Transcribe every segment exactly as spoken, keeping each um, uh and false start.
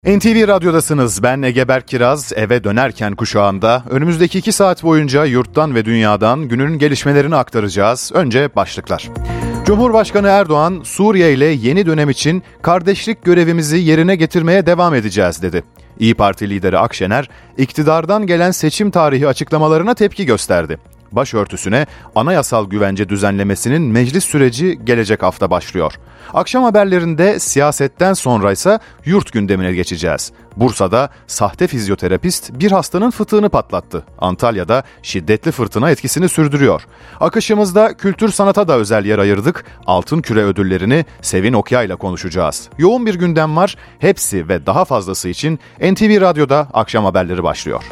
N T V Radyo'dasınız. Ben Ege Berk Kiraz. Eve dönerken kuşağında önümüzdeki iki saat boyunca yurttan ve dünyadan günün gelişmelerini aktaracağız. Önce başlıklar. Cumhurbaşkanı Erdoğan, Suriye ile yeni dönem için kardeşlik görevimizi yerine getirmeye devam edeceğiz dedi. İYİ Parti lideri Akşener, iktidardan gelen seçim tarihi açıklamalarına tepki gösterdi. Başörtüsüne anayasal güvence düzenlemesinin meclis süreci gelecek hafta başlıyor. Akşam haberlerinde siyasetten sonra ise yurt gündemine geçeceğiz. Bursa'da sahte fizyoterapist bir hastanın fıtığını patlattı. Antalya'da şiddetli fırtına etkisini sürdürüyor. Akışımızda kültür sanata da özel yer ayırdık. Altın Küre ödüllerini Sevin Okya ile konuşacağız. Yoğun bir gündem var. Hepsi ve daha fazlası için N T V Radyo'da akşam haberleri başlıyor.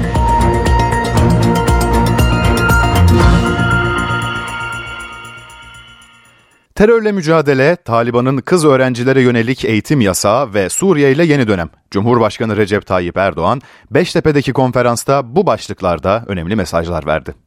Terörle mücadele, Taliban'ın kız öğrencilere yönelik eğitim yasağı ve Suriye ile yeni dönem. Cumhurbaşkanı Recep Tayyip Erdoğan, Beştepe'deki konferansta bu başlıklarda önemli mesajlar verdi.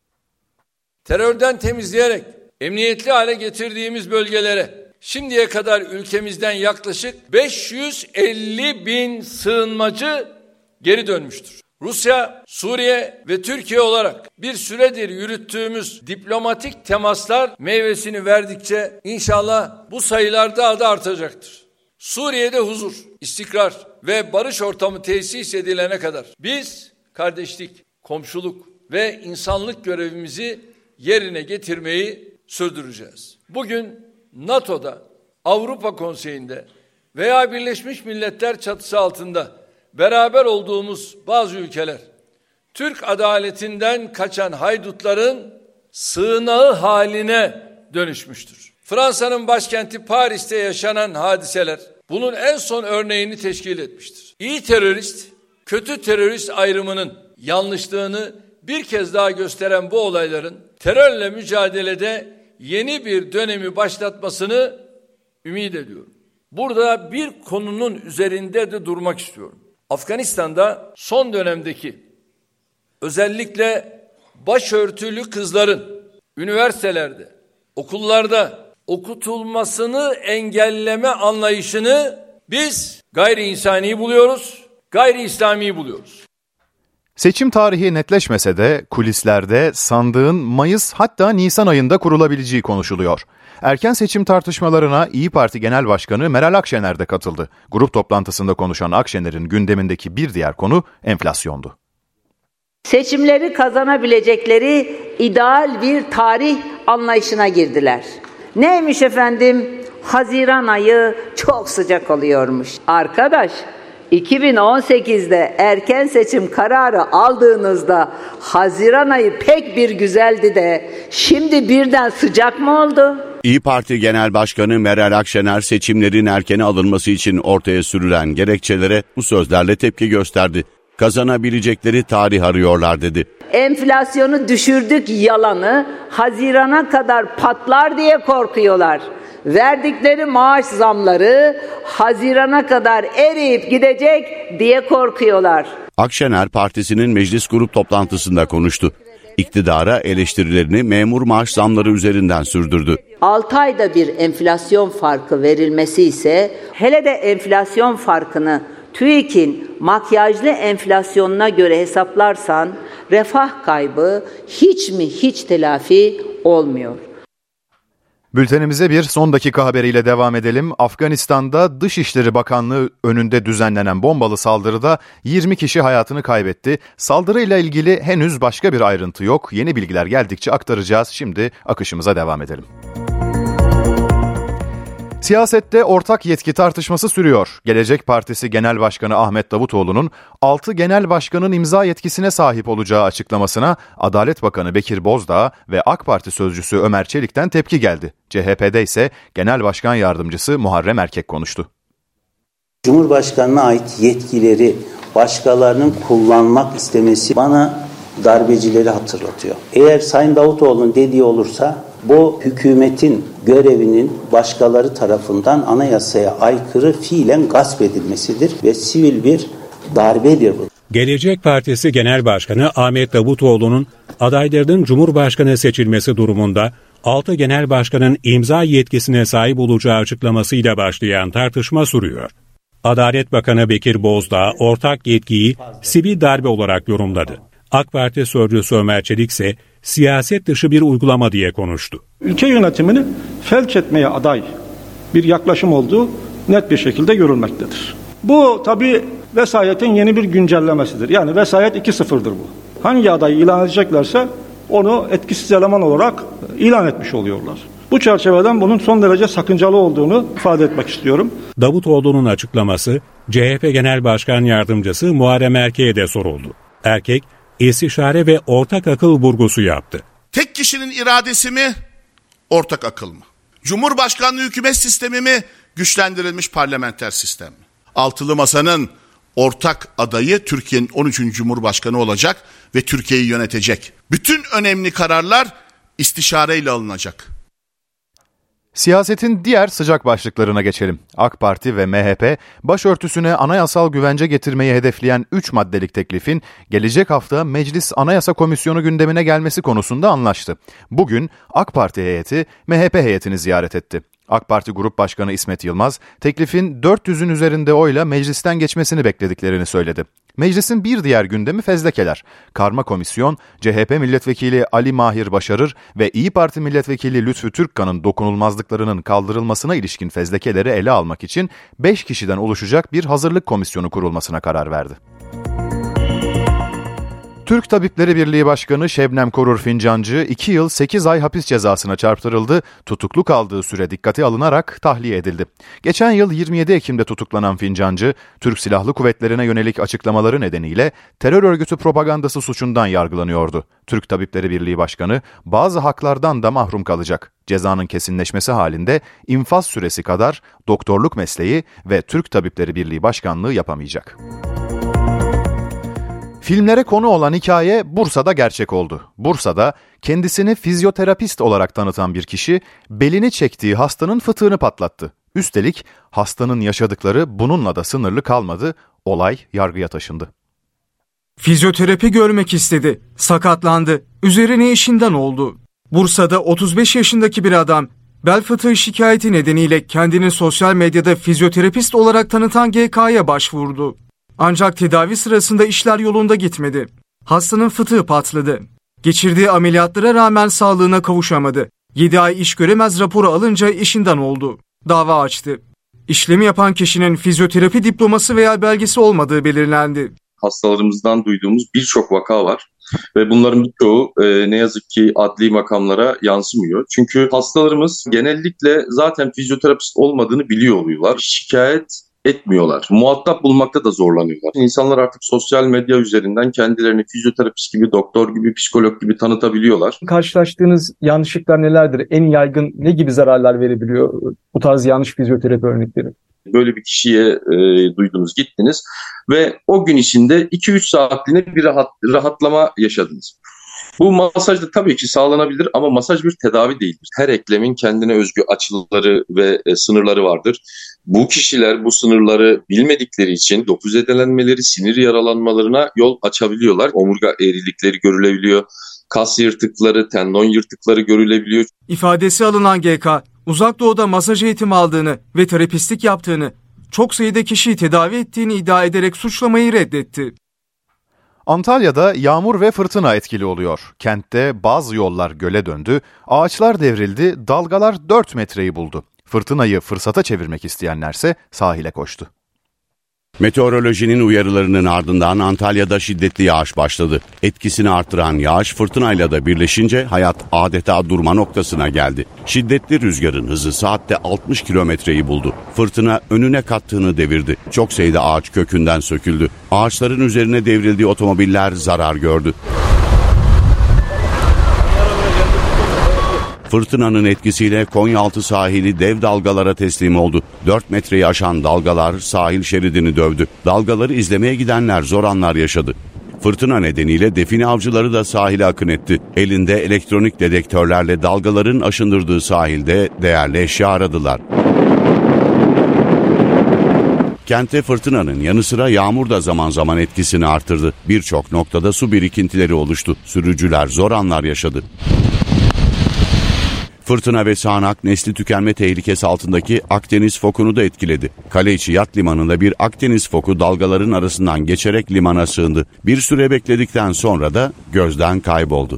Terörden temizleyerek emniyetli hale getirdiğimiz bölgelere şimdiye kadar ülkemizden yaklaşık beş yüz elli bin sığınmacı geri dönmüştür. Rusya, Suriye ve Türkiye olarak bir süredir yürüttüğümüz diplomatik temaslar meyvesini verdikçe inşallah bu sayılar daha da artacaktır. Suriye'de huzur, istikrar ve barış ortamı tesis edilene kadar biz kardeşlik, komşuluk ve insanlık görevimizi yerine getirmeyi sürdüreceğiz. Bugün NATO'da, Avrupa Konseyi'nde veya Birleşmiş Milletler çatısı altında beraber olduğumuz bazı ülkeler, Türk adaletinden kaçan haydutların sığınağı haline dönüşmüştür. Fransa'nın başkenti Paris'te yaşanan hadiseler bunun en son örneğini teşkil etmiştir. İyi terörist, kötü terörist ayrımının yanlışlığını bir kez daha gösteren bu olayların terörle mücadelede yeni bir dönemi başlatmasını ümit ediyorum. Burada bir konunun üzerinde de durmak istiyorum. Afganistan'da son dönemdeki özellikle başörtülü kızların üniversitelerde, okullarda okutulmasını engelleme anlayışını biz gayri insani buluyoruz, gayri İslami buluyoruz. Seçim tarihi netleşmese de kulislerde sandığın Mayıs hatta Nisan ayında kurulabileceği konuşuluyor. Erken seçim tartışmalarına İYİ Parti Genel Başkanı Meral Akşener de katıldı. Grup toplantısında konuşan Akşener'in gündemindeki bir diğer konu enflasyondu. Seçimleri kazanabilecekleri ideal bir tarih anlayışına girdiler. Neymiş efendim? Haziran ayı çok sıcak oluyormuş. Arkadaş, iki bin on sekizde erken seçim kararı aldığınızda Haziran ayı pek bir güzeldi de şimdi birden sıcak mı oldu? İYİ Parti Genel Başkanı Meral Akşener seçimlerin erkene alınması için ortaya sürülen gerekçelere bu sözlerle tepki gösterdi. Kazanabilecekleri tarih arıyorlar dedi. Enflasyonu düşürdük yalanı Haziran'a kadar patlar diye korkuyorlar. Verdikleri maaş zamları Haziran'a kadar eriyip gidecek diye korkuyorlar. Akşener partisinin meclis grup toplantısında konuştu. İktidara eleştirilerini memur maaş zamları üzerinden sürdürdü. altı ayda bir enflasyon farkı verilmesi ise hele de enflasyon farkını TÜİK'in makyajlı enflasyonuna göre hesaplarsan refah kaybı hiç mi hiç telafi olmuyor. Bültenimize bir son dakika haberiyle devam edelim. Afganistan'da Dışişleri Bakanlığı önünde düzenlenen bombalı saldırıda yirmi kişi hayatını kaybetti. Saldırıyla ilgili henüz başka bir ayrıntı yok. Yeni bilgiler geldikçe aktaracağız. Şimdi akışımıza devam edelim. Siyasette ortak yetki tartışması sürüyor. Gelecek Partisi Genel Başkanı Ahmet Davutoğlu'nun altı genel başkanın imza yetkisine sahip olacağı açıklamasına Adalet Bakanı Bekir Bozdağ ve AK Parti sözcüsü Ömer Çelik'ten tepki geldi. C H P'de ise Genel Başkan Yardımcısı Muharrem Erkek konuştu. Cumhurbaşkanına ait yetkileri başkalarının kullanmak istemesi bana darbecileri hatırlatıyor. Eğer Sayın Davutoğlu'nun dediği olursa bu hükümetin görevinin başkaları tarafından anayasaya aykırı fiilen gasp edilmesidir ve sivil bir darbedir bu. Gelecek Partisi Genel Başkanı Ahmet Davutoğlu'nun adaylarının Cumhurbaşkanı seçilmesi durumunda altı genel başkanın imza yetkisine sahip olacağı açıklamasıyla başlayan tartışma sürüyor. Adalet Bakanı Bekir Bozdağ ortak yetkiyi sivil darbe olarak yorumladı. AK Parti sözcüsü Ömer Çelik ise siyaset dışı bir uygulama diye konuştu. Ülke yönetimini felç etmeye aday bir yaklaşım olduğu net bir şekilde görülmektedir. Bu tabii vesayetin yeni bir güncellemesidir. Yani vesayet iki sıfır'dır bu. Hangi adayı ilan edeceklerse onu etkisiz eleman olarak ilan etmiş oluyorlar. Bu çerçeveden bunun son derece sakıncalı olduğunu ifade etmek istiyorum. Davutoğlu'nun açıklaması C H P Genel Başkan Yardımcısı Muharrem Erkek'e de soruldu. Erkek, istişare ve ortak akıl vurgusu yaptı. Tek kişinin iradesi mi, ortak akıl mı? Cumhurbaşkanlığı hükümet sistemi mi, güçlendirilmiş parlamenter sistem mi? Altılı Masa'nın ortak adayı Türkiye'nin on üçüncü Cumhurbaşkanı olacak ve Türkiye'yi yönetecek. Bütün önemli kararlar istişareyle alınacak. Siyasetin diğer sıcak başlıklarına geçelim. AK Parti ve M H P, başörtüsüne anayasal güvence getirmeyi hedefleyen üç maddelik teklifin gelecek hafta Meclis Anayasa Komisyonu gündemine gelmesi konusunda anlaştı. Bugün AK Parti heyeti M H P heyetini ziyaret etti. AK Parti Grup Başkanı İsmet Yılmaz, teklifin dört yüzün üzerinde oyla meclisten geçmesini beklediklerini söyledi. Meclisin bir diğer gündemi fezlekeler. Karma komisyon, C H P milletvekili Ali Mahir Başarır ve İyi Parti milletvekili Lütfü Türkkan'ın dokunulmazlıklarının kaldırılmasına ilişkin fezlekeleri ele almak için beş kişiden oluşacak bir hazırlık komisyonu kurulmasına karar verdi. Türk Tabipleri Birliği Başkanı Şebnem Korur Fincancı iki yıl sekiz ay hapis cezasına çarptırıldı, tutuklu kaldığı süre dikkate alınarak tahliye edildi. Geçen yıl yirmi yedi Ekim'de tutuklanan Fincancı, Türk Silahlı Kuvvetleri'ne yönelik açıklamaları nedeniyle terör örgütü propagandası suçundan yargılanıyordu. Türk Tabipleri Birliği Başkanı bazı haklardan da mahrum kalacak. Cezanın kesinleşmesi halinde infaz süresi kadar doktorluk mesleği ve Türk Tabipleri Birliği Başkanlığı yapamayacak. Filmlere konu olan hikaye Bursa'da gerçek oldu. Bursa'da kendisini fizyoterapist olarak tanıtan bir kişi belini çektiği hastanın fıtığını patlattı. Üstelik hastanın yaşadıkları bununla da sınırlı kalmadı, olay yargıya taşındı. Fizyoterapi görmek istedi, sakatlandı, üzerine işinden oldu. Bursa'da otuz beş yaşındaki bir adam bel fıtığı şikayeti nedeniyle kendini sosyal medyada fizyoterapist olarak tanıtan G K'ya başvurdu. Ancak tedavi sırasında işler yolunda gitmedi. Hastanın fıtığı patladı. Geçirdiği ameliyatlara rağmen sağlığına kavuşamadı. yedi ay iş göremez raporu alınca işinden oldu. Dava açtı. İşlemi yapan kişinin fizyoterapi diploması veya belgesi olmadığı belirlendi. Hastalarımızdan duyduğumuz birçok vaka var ve bunların birçoğu e, ne yazık ki adli makamlara yansımıyor. Çünkü hastalarımız genellikle zaten fizyoterapist olmadığını biliyor oluyorlar. Şikayet etmiyorlar. Muhatap bulmakta da zorlanıyorlar. İnsanlar artık sosyal medya üzerinden kendilerini fizyoterapist gibi, doktor gibi, psikolog gibi tanıtabiliyorlar. Karşılaştığınız yanlışlıklar nelerdir? En yaygın ne gibi zararlar verebiliyor bu tarz yanlış fizyoterapi örnekleri? Böyle bir kişiye e, duydunuz, gittiniz ve o gün içinde iki üç saatliğine bir rahat, rahatlama yaşadınız. Bu masaj da tabii ki sağlanabilir ama masaj bir tedavi değildir. Her eklemin kendine özgü açıları ve e, sınırları vardır. Bu kişiler bu sınırları bilmedikleri için dokuz zedelenmeleri, sinir yaralanmalarına yol açabiliyorlar. Omurga eğrilikleri görülebiliyor, kas yırtıkları, tendon yırtıkları görülebiliyor. İfadesi alınan G K, Uzak Doğu'da masaj eğitimi aldığını ve terapistlik yaptığını, çok sayıda kişiyi tedavi ettiğini iddia ederek suçlamayı reddetti. Antalya'da yağmur ve fırtına etkili oluyor. Kentte bazı yollar göle döndü, ağaçlar devrildi, dalgalar dört metreyi buldu. Fırtınayı fırsata çevirmek isteyenlerse sahile koştu. Meteorolojinin uyarılarının ardından Antalya'da şiddetli yağış başladı. Etkisini artıran yağış fırtınayla da birleşince hayat adeta durma noktasına geldi. Şiddetli rüzgarın hızı saatte altmış kilometreyi buldu. Fırtına önüne kattığını devirdi. Çok sayıda ağaç kökünden söküldü. Ağaçların üzerine devrildiği otomobiller zarar gördü. Fırtınanın etkisiyle Konyaaltı sahili dev dalgalara teslim oldu. dört metreyi aşan dalgalar sahil şeridini dövdü. Dalgaları izlemeye gidenler zor anlar yaşadı. Fırtına nedeniyle define avcıları da sahile akın etti. Elinde elektronik dedektörlerle dalgaların aşındırdığı sahilde değerli eşya aradılar. Kente fırtınanın yanı sıra yağmur da zaman zaman etkisini artırdı. Birçok noktada su birikintileri oluştu. Sürücüler zor anlar yaşadı. Fırtına ve sağanak nesli tükenme tehlikesi altındaki Akdeniz fokunu da etkiledi. Kaleiçi Yat Limanı'nda bir Akdeniz foku dalgaların arasından geçerek limana sığındı. Bir süre bekledikten sonra da gözden kayboldu.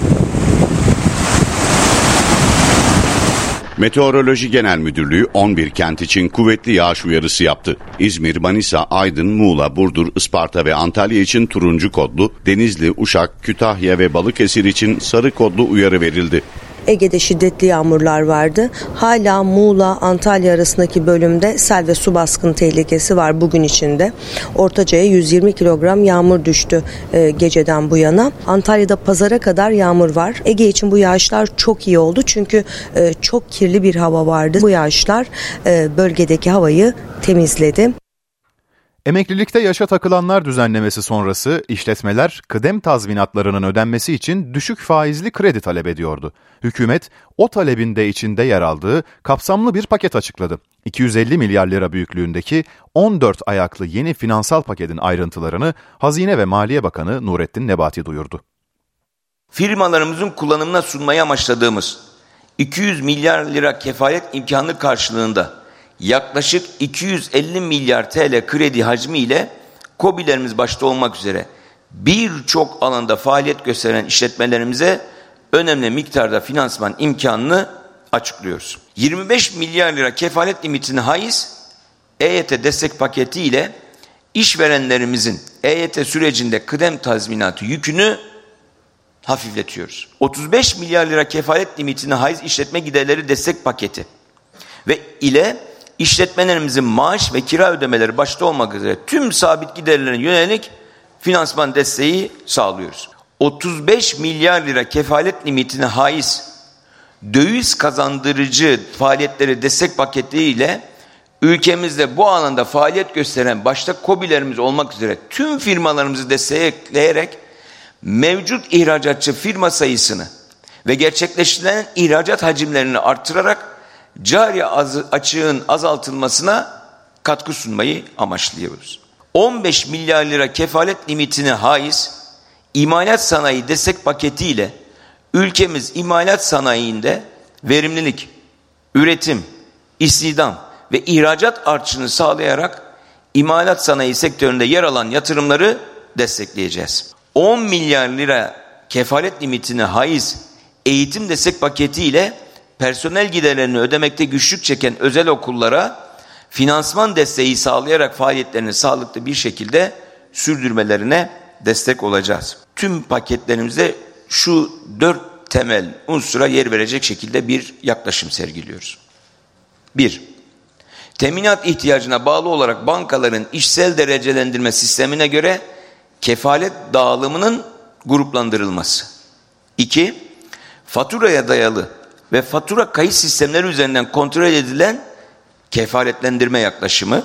Meteoroloji Genel Müdürlüğü on bir kent için kuvvetli yağış uyarısı yaptı. İzmir, Manisa, Aydın, Muğla, Burdur, Isparta ve Antalya için turuncu kodlu, Denizli, Uşak, Kütahya ve Balıkesir için sarı kodlu uyarı verildi. Ege'de şiddetli yağmurlar vardı. Hala Muğla, Antalya arasındaki bölümde sel ve su baskını tehlikesi var bugün içinde. Ortaca'ya yüz yirmi kilogram yağmur düştü e, geceden bu yana. Antalya'da pazara kadar yağmur var. Ege için bu yağışlar çok iyi oldu çünkü e, çok kirli bir hava vardı. Bu yağışlar e, bölgedeki havayı temizledi. Emeklilikte yaşa takılanlar düzenlemesi sonrası işletmeler kıdem tazminatlarının ödenmesi için düşük faizli kredi talep ediyordu. Hükümet o talebin de içinde yer aldığı kapsamlı bir paket açıkladı. iki yüz elli milyar lira büyüklüğündeki on dört ayaklı yeni finansal paketin ayrıntılarını Hazine ve Maliye Bakanı Nurettin Nebati duyurdu. Firmalarımızın kullanımına sunmayı amaçladığımız iki yüz milyar lira kefalet imkanı karşılığında yaklaşık iki yüz elli milyar T L kredi hacmi ile KOBİ'lerimiz başta olmak üzere birçok alanda faaliyet gösteren işletmelerimize önemli miktarda finansman imkanını açıklıyoruz. yirmi beş milyar lira kefalet limitini haiz E Y T destek paketi ile işverenlerimizin E Y T sürecinde kıdem tazminatı yükünü hafifletiyoruz. otuz beş milyar lira kefalet limitini haiz işletme giderleri destek paketi ve ile işletmelerimizin maaş ve kira ödemeleri başta olmak üzere tüm sabit giderlerine yönelik finansman desteği sağlıyoruz. otuz beş milyar lira kefalet limitine haiz döviz kazandırıcı faaliyetleri destek paketiyle ülkemizde bu alanda faaliyet gösteren başta KOBİ'lerimiz olmak üzere tüm firmalarımızı destekleyerek mevcut ihracatçı firma sayısını ve gerçekleştirilen ihracat hacimlerini artırarak cari az, açığın azaltılmasına katkı sunmayı amaçlıyoruz. on beş milyar lira kefalet limitine haiz imalat sanayi destek paketiyle ülkemiz imalat sanayinde verimlilik, üretim, istihdam ve ihracat artışını sağlayarak imalat sanayi sektöründe yer alan yatırımları destekleyeceğiz. on milyar lira kefalet limitine haiz eğitim destek paketiyle personel giderlerini ödemekte güçlük çeken özel okullara finansman desteği sağlayarak faaliyetlerini sağlıklı bir şekilde sürdürmelerine destek olacağız. Tüm paketlerimizde şu dört temel unsura yer verecek şekilde bir yaklaşım sergiliyoruz. Bir, teminat ihtiyacına bağlı olarak bankaların işsel derecelendirme sistemine göre kefalet dağılımının gruplandırılması. İki, faturaya dayalı ve fatura kayıt sistemleri üzerinden kontrol edilen kefaletlendirme yaklaşımı.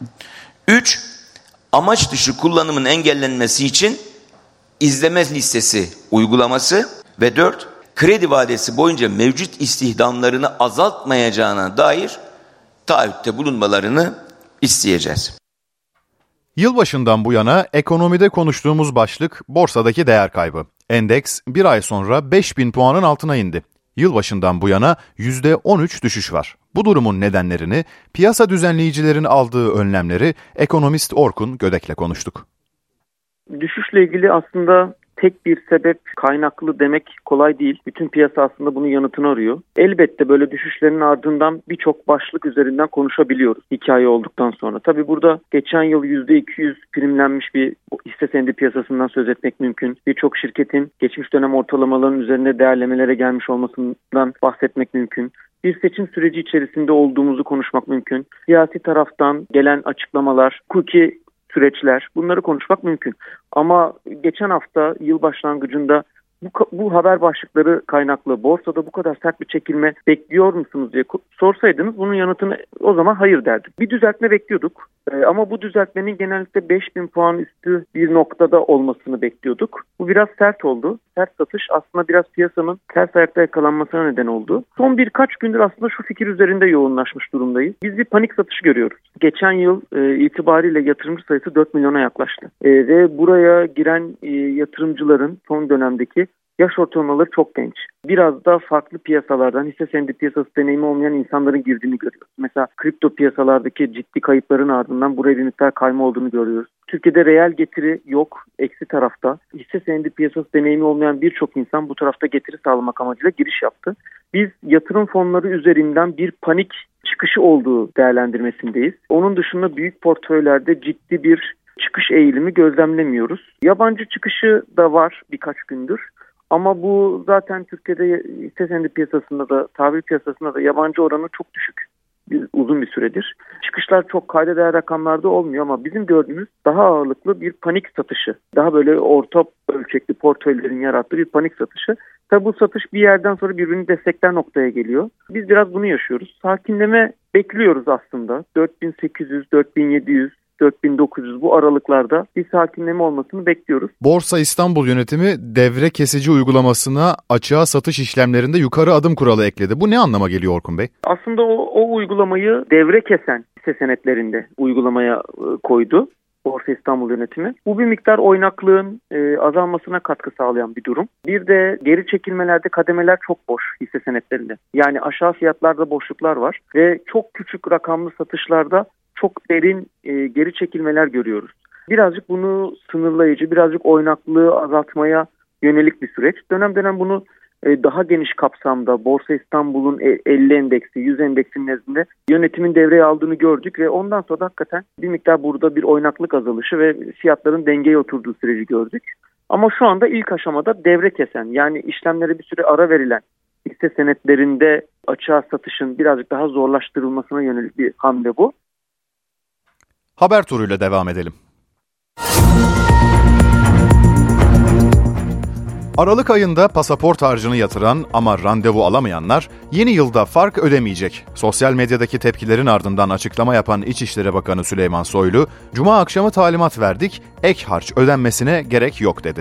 Üç, amaç dışı kullanımın engellenmesi için izleme listesi uygulaması ve dört, kredi vadesi boyunca mevcut istihdamlarını azaltmayacağına dair taahhütte bulunmalarını isteyeceğiz. Yılbaşından bu yana ekonomide konuştuğumuz başlık borsadaki değer kaybı. Endeks bir ay sonra beş bin puanın altına indi. Yılbaşından bu yana yüzde on üç düşüş var. Bu durumun nedenlerini, piyasa düzenleyicilerin aldığı önlemleri ekonomist Orkun Gödek'le konuştuk. Düşüşle ilgili aslında tek bir sebep kaynaklı demek kolay değil. Bütün piyasa aslında bunun yanıtını arıyor. Elbette böyle düşüşlerin ardından birçok başlık üzerinden konuşabiliyoruz hikaye olduktan sonra. Tabii burada geçen yıl yüzde iki yüz primlenmiş bir hisse senedi piyasasından söz etmek mümkün. Birçok şirketin geçmiş dönem ortalamalarının üzerinde değerlemelere gelmiş olmasından bahsetmek mümkün. Bir seçim süreci içerisinde olduğumuzu konuşmak mümkün. Siyasi taraftan gelen açıklamalar, hukuki süreçler, bunları konuşmak mümkün. Ama geçen hafta yıl başlangıcında bu, bu haber başlıkları kaynaklı borsada bu kadar sert bir çekilme bekliyor musunuz diye sorsaydınız bunun yanıtını o zaman hayır derdim. Bir düzeltme bekliyorduk ee, ama bu düzeltmenin genellikle beş bin puan üstü bir noktada olmasını bekliyorduk. Bu biraz sert oldu. Sert satış aslında biraz piyasanın ters ayakta yakalanmasına neden oldu. Son birkaç gündür aslında şu fikir üzerinde yoğunlaşmış durumdayız. Biz bir panik satış görüyoruz. Geçen yıl e, itibariyle yatırımcı sayısı dört milyona yaklaştı. E, ve buraya giren e, yatırımcıların son dönemdeki yaş ortalamaları çok genç. Biraz da farklı piyasalardan hisse senedi piyasası deneyimi olmayan insanların girdiğini görüyoruz. Mesela kripto piyasalardaki ciddi kayıpların ardından buraya bir miktar kayma olduğunu görüyoruz. Türkiye'de reel getiri yok, eksi tarafta. Hisse senedi piyasası deneyimi olmayan birçok insan bu tarafta getiri sağlamak amacıyla giriş yaptı. Biz yatırım fonları üzerinden bir panik çıkışı olduğu değerlendirmesindeyiz. Onun dışında büyük portföylerde ciddi bir çıkış eğilimi gözlemlemiyoruz. Yabancı çıkışı da var birkaç gündür. Ama bu zaten Türkiye'de hisse senedi piyasasında da, tahvil piyasasında da yabancı oranı çok düşük. Uzun bir süredir. Çıkışlar çok kayda değer rakamlarda olmuyor ama bizim gördüğümüz daha ağırlıklı bir panik satışı. Daha böyle orta ölçekli portföylerin yarattığı bir panik satışı. Tabi bu satış bir yerden sonra birbirini destekler noktaya geliyor. Biz biraz bunu yaşıyoruz. Sakinleme bekliyoruz aslında. dört bin sekiz yüz, dört bin yedi yüz, dört bin dokuz yüz bu aralıklarda bir sakinleme olmasını bekliyoruz. Borsa İstanbul yönetimi devre kesici uygulamasına açığa satış işlemlerinde yukarı adım kuralı ekledi. Bu ne anlama geliyor Orkun Bey? Aslında o, o uygulamayı devre kesen hisse senetlerinde uygulamaya e, koydu Borsa İstanbul yönetimi. Bu bir miktar oynaklığın e, azalmasına katkı sağlayan bir durum. Bir de geri çekilmelerde kademeler çok boş hisse senetlerinde. Yani aşağı fiyatlarda boşluklar var ve çok küçük rakamlı satışlarda çok derin e, geri çekilmeler görüyoruz. Birazcık bunu sınırlayıcı, birazcık oynaklığı azaltmaya yönelik bir süreç. Dönem dönem bunu e, daha geniş kapsamda Borsa İstanbul'un elli endeksi, yüz endeksinin nezdinde yönetimin devreye aldığını gördük ve ondan sonra hakikaten bir miktar burada bir oynaklık azalışı ve fiyatların dengeye oturduğu süreci gördük. Ama şu anda ilk aşamada devre kesen, yani işlemlere bir süre ara verilen hisse senetlerinde açığa satışın birazcık daha zorlaştırılmasına yönelik bir hamle bu. Haber turuyla devam edelim. Aralık ayında pasaport harcını yatıran ama randevu alamayanlar yeni yılda fark ödemeyecek. Sosyal medyadaki tepkilerin ardından açıklama yapan İçişleri Bakanı Süleyman Soylu, Cuma akşamı talimat verdik, ek harç ödenmesine gerek yok dedi.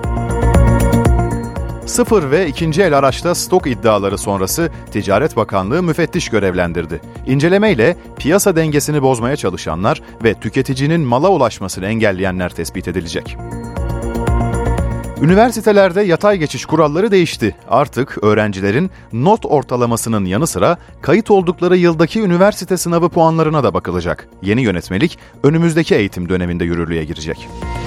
Sıfır ve ikinci el araçta stok iddiaları sonrası Ticaret Bakanlığı müfettiş görevlendirdi. İncelemeyle piyasa dengesini bozmaya çalışanlar ve tüketicinin mala ulaşmasını engelleyenler tespit edilecek. Üniversitelerde yatay geçiş kuralları değişti. Artık öğrencilerin not ortalamasının yanı sıra kayıt oldukları yıldaki üniversite sınavı puanlarına da bakılacak. Yeni yönetmelik önümüzdeki eğitim döneminde yürürlüğe girecek.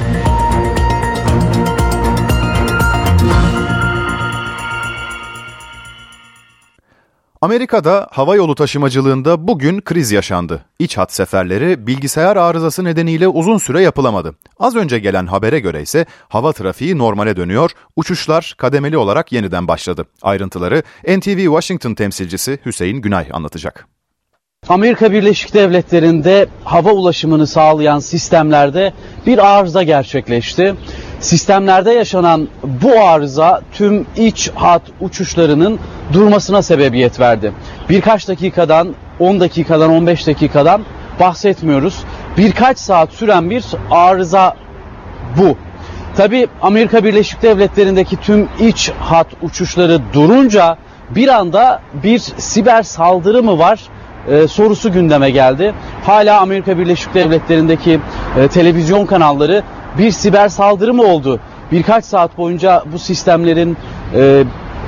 Amerika'da havayolu taşımacılığında bugün kriz yaşandı. İç hat seferleri bilgisayar arızası nedeniyle uzun süre yapılamadı. Az önce gelen habere göre ise hava trafiği normale dönüyor, uçuşlar kademeli olarak yeniden başladı. Ayrıntıları N T V Washington temsilcisi Hüseyin Günay anlatacak. Amerika Birleşik Devletleri'nde hava ulaşımını sağlayan sistemlerde bir arıza gerçekleşti. Sistemlerde yaşanan bu arıza tüm iç hat uçuşlarının durmasına sebebiyet verdi. Birkaç dakikadan, on dakikadan, on beş dakikadan bahsetmiyoruz. Birkaç saat süren bir arıza bu. Tabii Amerika Birleşik Devletleri'ndeki tüm iç hat uçuşları durunca bir anda bir siber saldırı mı var e, sorusu gündeme geldi. Hala Amerika Birleşik Devletleri'ndeki e, televizyon kanalları bir siber saldırı mı oldu? Birkaç saat boyunca bu sistemlerin e,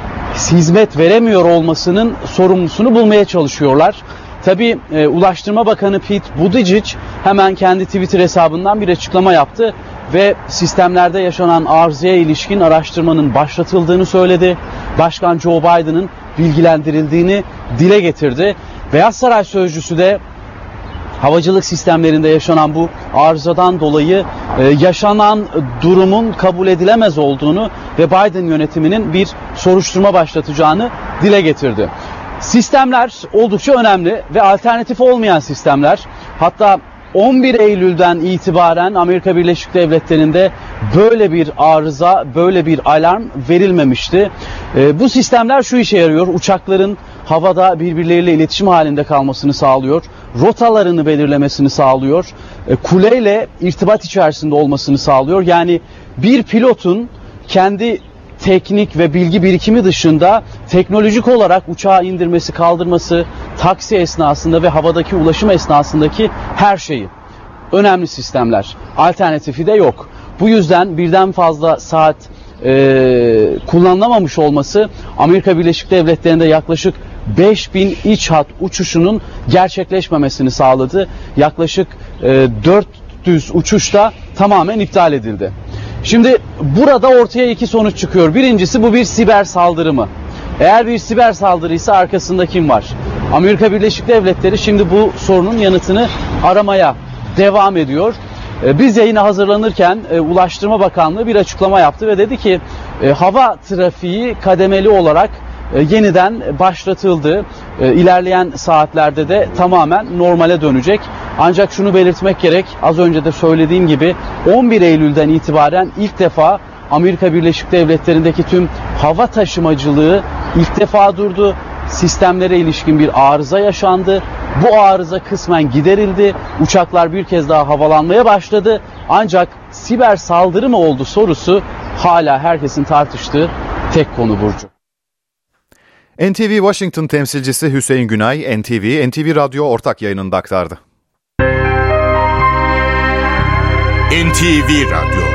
hizmet veremiyor olmasının sorumlusunu bulmaya çalışıyorlar. Tabii e, Ulaştırma Bakanı Pete Buttigieg hemen kendi Twitter hesabından bir açıklama yaptı ve sistemlerde yaşanan arızaya ilişkin araştırmanın başlatıldığını söyledi. Başkan Joe Biden'ın bilgilendirildiğini dile getirdi. Beyaz Saray sözcüsü de havacılık sistemlerinde yaşanan bu arızadan dolayı e, yaşanan durumun kabul edilemez olduğunu ve Biden yönetiminin bir soruşturma başlatacağını dile getirdi. Sistemler oldukça önemli ve alternatif olmayan sistemler. Hatta on bir Eylül'den itibaren Amerika Birleşik Devletleri'nde böyle bir arıza, böyle bir alarm verilmemişti. E, bu sistemler şu işe yarıyor: uçakların havada birbirleriyle iletişim halinde kalmasını sağlıyor, rotalarını belirlemesini sağlıyor, e, kuleyle irtibat içerisinde olmasını sağlıyor. Yani bir pilotun kendi teknik ve bilgi birikimi dışında teknolojik olarak uçağı indirmesi, kaldırması, taksi esnasında ve havadaki ulaşım esnasındaki her şeyi. Önemli sistemler. Alternatifi de yok. Bu yüzden birden fazla saat e, kullanılamamış olması Amerika Birleşik Devletleri'nde yaklaşık beş bin iç hat uçuşunun gerçekleşmemesini sağladı. Yaklaşık e, dört yüz uçuş da tamamen iptal edildi. Şimdi burada ortaya iki sonuç çıkıyor. Birincisi, bu bir siber saldırı mı? Eğer bir siber saldırıysa arkasında kim var? Amerika Birleşik Devletleri şimdi bu sorunun yanıtını aramaya devam ediyor. Biz yayına hazırlanırken Ulaştırma Bakanlığı bir açıklama yaptı ve dedi ki hava trafiği kademeli olarak yeniden başlatıldı. İlerleyen saatlerde de tamamen normale dönecek. Ancak şunu belirtmek gerek, az önce de söylediğim gibi on bir Eylül'den itibaren ilk defa Amerika Birleşik Devletleri'ndeki tüm hava taşımacılığı ilk defa durdu. Sistemlere ilişkin bir arıza yaşandı. Bu arıza kısmen giderildi. Uçaklar bir kez daha havalanmaya başladı. Ancak siber saldırı mı oldu sorusu hala herkesin tartıştığı tek konu Burcu. N T V Washington temsilcisi Hüseyin Günay, N T V, N T V Radyo ortak yayınında aktardı. N T V Radyo.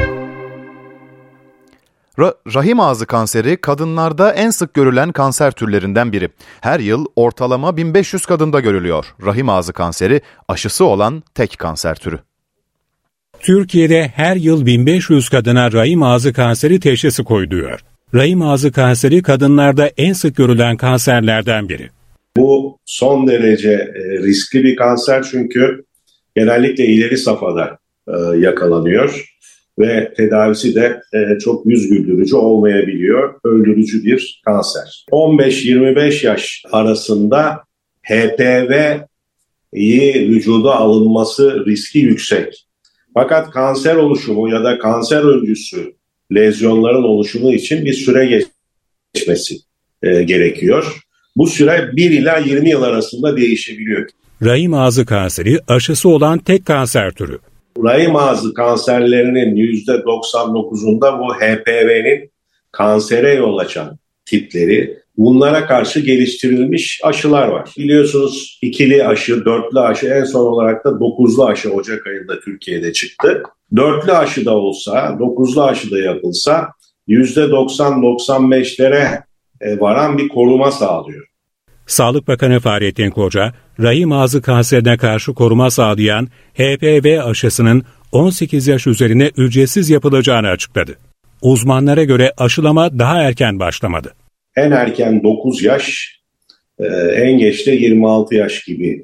Ra- rahim ağzı kanseri kadınlarda en sık görülen kanser türlerinden biri. Her yıl ortalama bin beş yüz kadında görülüyor. Rahim ağzı kanseri aşısı olan tek kanser türü. Türkiye'de her yıl bin beş yüz kadına rahim ağzı kanseri teşhisi koyuluyor. Rahim ağzı kanseri kadınlarda en sık görülen kanserlerden biri. Bu son derece riskli bir kanser çünkü genellikle ileri safhada yakalanıyor ve tedavisi de çok yüz güldürücü olmayabiliyor. Öldürücü bir kanser. on beş yirmi beş yaş arasında H P V'yi vücuda alınması riski yüksek. Fakat kanser oluşumu ya da kanser öncüsü lezyonların oluşumu için bir süre geçmesi e, gerekiyor. Bu süre bir ila yirmi yıl arasında değişebiliyor. Rahim ağzı kanseri aşısı olan tek kanser türü. Rahim ağzı kanserlerinin yüzde doksan dokuzunda bu H P V'nin kansere yol açan tipleri, bunlara karşı geliştirilmiş aşılar var. Biliyorsunuz ikili aşı, dörtlü aşı, en son olarak da dokuzlu aşı Ocak ayında Türkiye'de çıktı. Dörtlü aşı da olsa, dokuzlu aşı da yapılsa yüzde doksan doksan beşlere varan bir koruma sağlıyor. Sağlık Bakanı Fahrettin Koca, rahim ağzı kanserine karşı koruma sağlayan H P V aşısının on sekiz yaş üzerine ücretsiz yapılacağını açıkladı. Uzmanlara göre aşılama daha erken başlamadı. En erken dokuz yaş, en geç de yirmi altı yaş gibi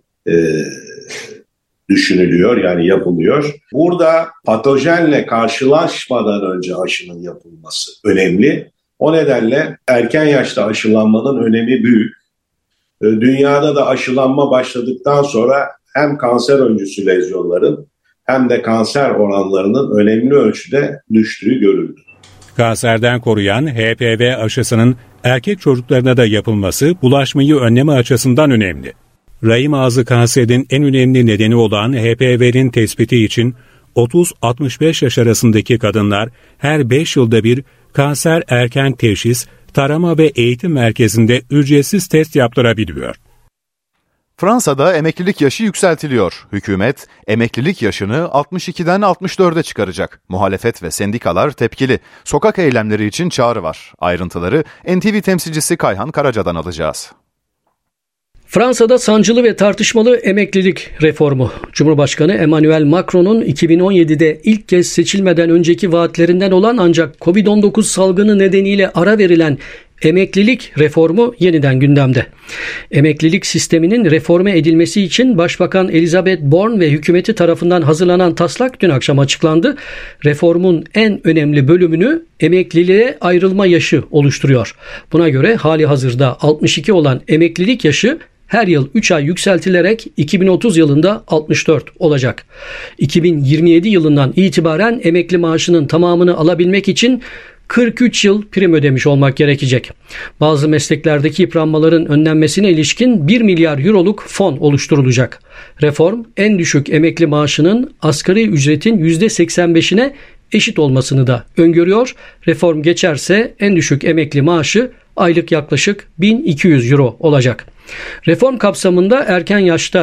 düşünülüyor, yani yapılıyor. Burada patojenle karşılaşmadan önce aşının yapılması önemli. O nedenle erken yaşta aşılanmanın önemi büyük. Dünyada da aşılanma başladıktan sonra hem kanser öncüsü lezyonların hem de kanser oranlarının önemli ölçüde düştüğü görüldü. Kanserden koruyan H P V aşısının erkek çocuklarına da yapılması bulaşmayı önleme açısından önemli. Rahim ağzı kanserinin en önemli nedeni olan H P V'nin tespiti için otuz altmış beş yaş arasındaki kadınlar her beş yılda bir kanser erken teşhis, tarama ve eğitim merkezinde ücretsiz test yaptırabiliyor. Fransa'da emeklilik yaşı yükseltiliyor. Hükümet emeklilik yaşını altmış ikiden altmış dörde çıkaracak. Muhalefet ve sendikalar tepkili. Sokak eylemleri için çağrı var. Ayrıntıları N T V temsilcisi Kayhan Karaca'dan alacağız. Fransa'da sancılı ve tartışmalı emeklilik reformu. Cumhurbaşkanı Emmanuel Macron'un iki bin on yedide ilk kez seçilmeden önceki vaatlerinden olan ancak kovid on dokuz salgını nedeniyle ara verilen emeklilik reformu yeniden gündemde. Emeklilik sisteminin reforme edilmesi için Başbakan Elizabeth Borne ve hükümeti tarafından hazırlanan taslak dün akşam açıklandı. Reformun en önemli bölümünü emekliliğe ayrılma yaşı oluşturuyor. Buna göre hali hazırda altmış iki olan emeklilik yaşı her yıl üç ay yükseltilerek iki bin otuz yılında altmış dört olacak. iki bin yirmi yedi yılından itibaren emekli maaşının tamamını alabilmek için kırk üç yıl prim ödemiş olmak gerekecek. Bazı mesleklerdeki yıpranmaların önlenmesine ilişkin bir milyar euroluk fon oluşturulacak. Reform en düşük emekli maaşının asgari ücretin yüzde seksen beşine eşit olmasını da öngörüyor. Reform geçerse en düşük emekli maaşı aylık yaklaşık bin iki yüz euro olacak. Reform kapsamında erken yaşta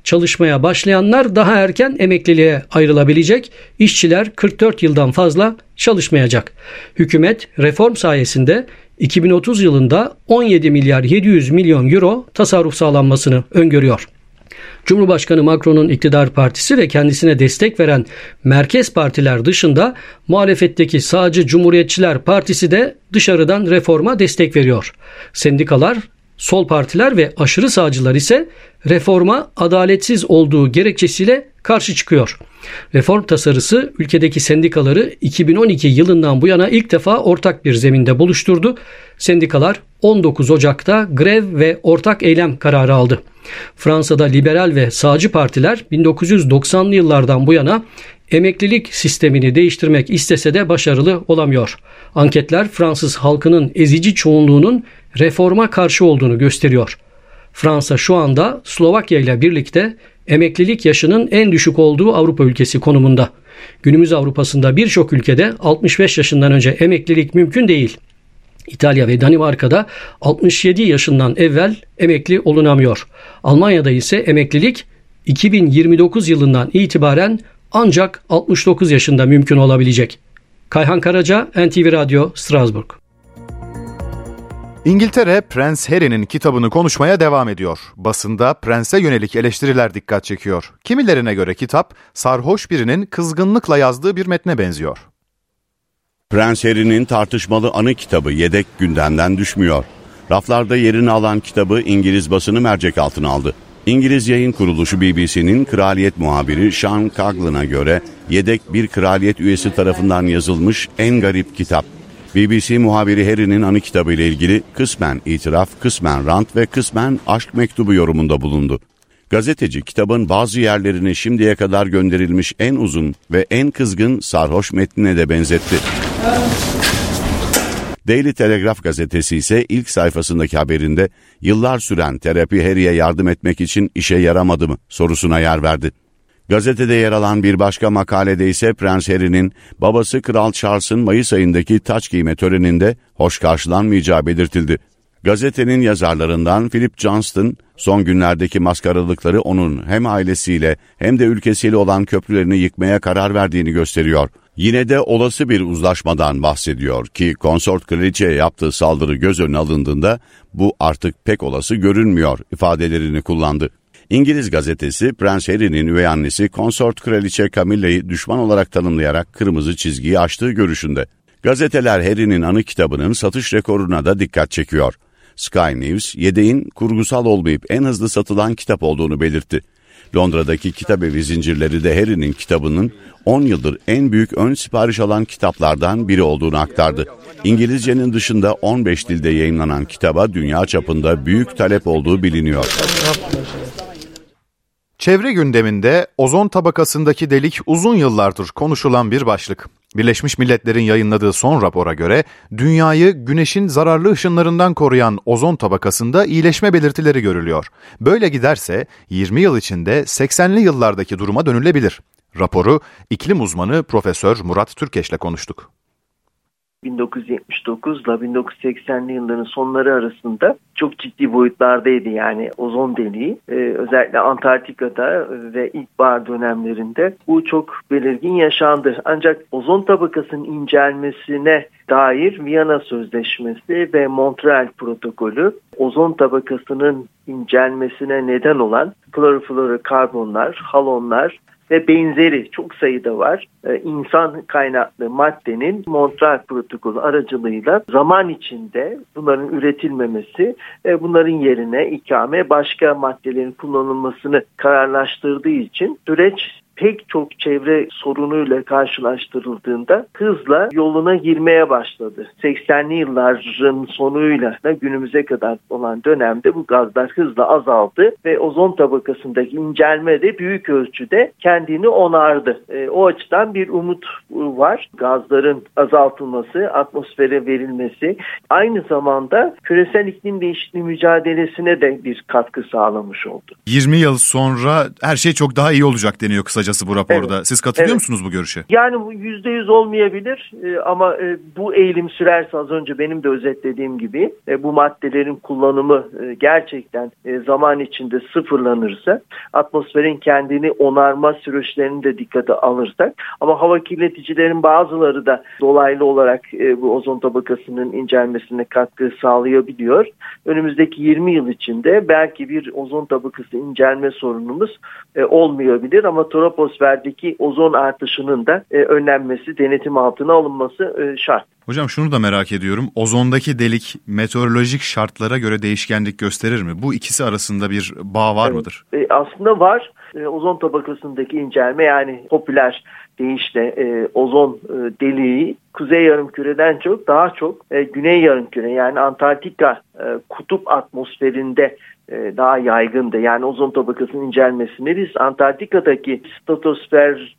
Çalışmaya başlayanlar daha erken emekliliğe ayrılabilecek, işçiler kırk dört yıldan fazla çalışmayacak. Hükümet reform sayesinde iki bin otuz yılında on yedi milyar yedi yüz milyon euro tasarruf sağlanmasını öngörüyor. Cumhurbaşkanı Macron'un iktidar partisi ve kendisine destek veren merkez partiler dışında muhalefetteki sağcı Cumhuriyetçiler Partisi de dışarıdan reforma destek veriyor. Sendikalar, sol partiler ve aşırı sağcılar ise reforma adaletsiz olduğu gerekçesiyle karşı çıkıyor. Reform tasarısı ülkedeki sendikaları iki bin on iki yılından bu yana ilk defa ortak bir zeminde buluşturdu. Sendikalar on dokuz Ocak'ta grev ve ortak eylem kararı aldı. Fransa'da liberal ve sağcı partiler bin dokuz yüz doksanlı yıllardan bu yana emeklilik sistemini değiştirmek istese de başarılı olamıyor. Anketler Fransız halkının ezici çoğunluğunun reforma karşı olduğunu gösteriyor. Fransa şu anda Slovakya ile birlikte emeklilik yaşının en düşük olduğu Avrupa ülkesi konumunda. Günümüz Avrupa'sında birçok ülkede altmış beş yaşından önce emeklilik mümkün değil. İtalya ve Danimarka'da altmış yedi yaşından evvel emekli olunamıyor. Almanya'da ise emeklilik iki bin yirmi dokuz yılından itibaren ancak altmış dokuz yaşında mümkün olabilecek. Kayhan Karaca, N T V Radyo, Strasbourg. İngiltere, Prens Harry'nin kitabını konuşmaya devam ediyor. Basında prense yönelik eleştiriler dikkat çekiyor. Kimilerine göre kitap, sarhoş birinin kızgınlıkla yazdığı bir metne benziyor. Prens Harry'nin tartışmalı anı kitabı yedek gündemden düşmüyor. Raflarda yerini alan kitabı İngiliz basını mercek altına aldı. İngiliz yayın kuruluşu B B C'nin kraliyet muhabiri Sean Coughlan'a göre yedek bir kraliyet üyesi tarafından yazılmış en garip kitap. B B C muhabiri Harry'nin anı kitabı ile ilgili kısmen itiraf, kısmen rant ve kısmen aşk mektubu yorumunda bulundu. Gazeteci kitabın bazı yerlerini şimdiye kadar gönderilmiş en uzun ve en kızgın sarhoş metnine de benzetti. Daily Telegraph gazetesi ise ilk sayfasındaki haberinde yıllar süren terapi Harry'e yardım etmek için işe yaramadı mı sorusuna yer verdi. Gazetede yer alan bir başka makalede ise Prens Harry'nin babası Kral Charles'ın Mayıs ayındaki taç giyme töreninde hoş karşılanmayacağı belirtildi. Gazetenin yazarlarından Philip Johnston, son günlerdeki maskaralıkları onun hem ailesiyle hem de ülkesiyle olan köprülerini yıkmaya karar verdiğini gösteriyor. Yine de olası bir uzlaşmadan bahsediyor ki konsort kraliçeye yaptığı saldırı göz önüne alındığında bu artık pek olası görünmüyor ifadelerini kullandı. İngiliz gazetesi Prens Harry'nin üvey annesi konsort kraliçe Camilla'yı düşman olarak tanımlayarak kırmızı çizgiyi aştığı görüşünde. Gazeteler Harry'nin anı kitabının satış rekoruna da dikkat çekiyor. Sky News, yedeğin kurgusal olmayıp en hızlı satılan kitap olduğunu belirtti. Londra'daki kitabevi zincirleri de Harry'nin kitabının on yıldır en büyük ön sipariş alan kitaplardan biri olduğunu aktardı. İngilizcenin dışında on beş dilde yayınlanan kitaba dünya çapında büyük talep olduğu biliniyor. Çevre gündeminde ozon tabakasındaki delik uzun yıllardır konuşulan bir başlık. Birleşmiş Milletler'in yayınladığı son rapora göre dünyayı güneşin zararlı ışınlarından koruyan ozon tabakasında iyileşme belirtileri görülüyor. Böyle giderse yirmi yıl içinde seksenli yıllardaki duruma dönülebilir. Raporu iklim uzmanı Profesör Murat Türkeş'le konuştuk. bin dokuz yüz yetmiş dokuz ile bin dokuz yüz seksenli yılların sonları arasında çok ciddi boyutlardaydı yani ozon deliği. Ee, özellikle Antarktika'da ve ilkbahar dönemlerinde bu çok belirgin yaşandı. Ancak ozon tabakasının incelmesine dair Viyana Sözleşmesi ve Montreal Protokolü ozon tabakasının incelmesine neden olan kloroflorokarbonlar, halonlar ve benzeri çok sayıda var. Ee, insan kaynaklı maddenin Montreal Protokolü aracılığıyla zaman içinde bunların üretilmemesi ve bunların yerine ikame başka maddelerin kullanılmasını kararlaştırdığı için süreç pek çok çevre sorunuyla karşılaştırıldığında hızla yoluna girmeye başladı. seksenli yılların sonuyla da günümüze kadar olan dönemde bu gazlar hızla azaldı ve ozon tabakasındaki incelme de büyük ölçüde kendini onardı. E, o açıdan bir umut var. Gazların azaltılması, atmosfere verilmesi aynı zamanda küresel iklim değişikliği mücadelesine de bir katkı sağlamış oldu. yirmi yıl sonra her şey çok daha iyi olacak deniyor kısaca. kısacası bu raporda. Evet. Siz katılıyor Evet. musunuz bu görüşe? Yani bu yüzde yüz olmayabilir e, ama e, bu eğilim sürerse az önce benim de özetlediğim gibi e, bu maddelerin kullanımı e, gerçekten e, zaman içinde sıfırlanırsa, atmosferin kendini onarma süreçlerini de dikkate alırsak, ama hava kirleticilerin bazıları da dolaylı olarak e, bu ozon tabakasının incelmesine katkı sağlayabiliyor. Önümüzdeki yirmi yıl içinde belki bir ozon tabakası incelme sorunumuz e, olmayabilir ama troposferdeki ozon artışının da e, önlenmesi, denetim altına alınması e, şart. Hocam şunu da merak ediyorum. Ozondaki delik meteorolojik şartlara göre değişkenlik gösterir mi? Bu ikisi arasında bir bağ var mıdır? E, aslında var. E, ozon tabakasındaki incelme, yani popüler deyişle e, ozon e, deliği kuzey yarımküreden çok daha çok e, güney yarımküre, yani Antarktika e, kutup atmosferinde e, daha yaygındı. Yani ozon tabakasının incelmesini biz Antarktika'daki stratosfer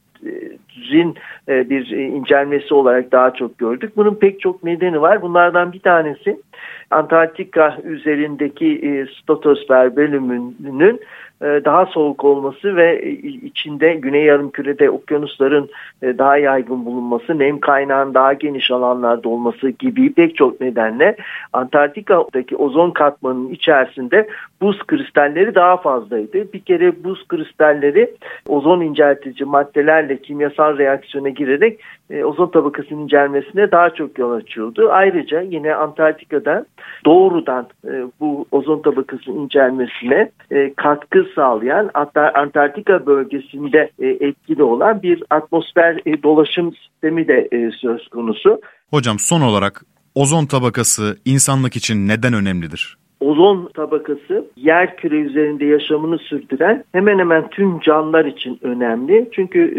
Zin bir incelmesi olarak daha çok gördük. Bunun pek çok nedeni var. Bunlardan bir tanesi Antarktika üzerindeki stratosfer bölümünün daha soğuk olması ve içinde güney yarımkürede okyanusların daha yaygın bulunması, nem kaynağının daha geniş alanlarda olması gibi pek çok nedenle Antarktika'daki ozon katmanının içerisinde buz kristalleri daha fazlaydı. Bir kere buz kristalleri ozon inceltici maddelerle kimyasal reaksiyona girerek e, ozon tabakasının incelmesine daha çok yol açıyordu. Ayrıca yine Antarktika'da doğrudan e, bu ozon tabakasının incelmesine e, katkı sağlayan, hatta Antarktika bölgesinde e, etkili olan bir atmosfer e, dolaşım sistemi de e, söz konusu. Hocam son olarak ozon tabakası insanlık için neden önemlidir? Ozon tabakası yer küre üzerinde yaşamını sürdüren hemen hemen tüm canlılar için önemli. Çünkü e,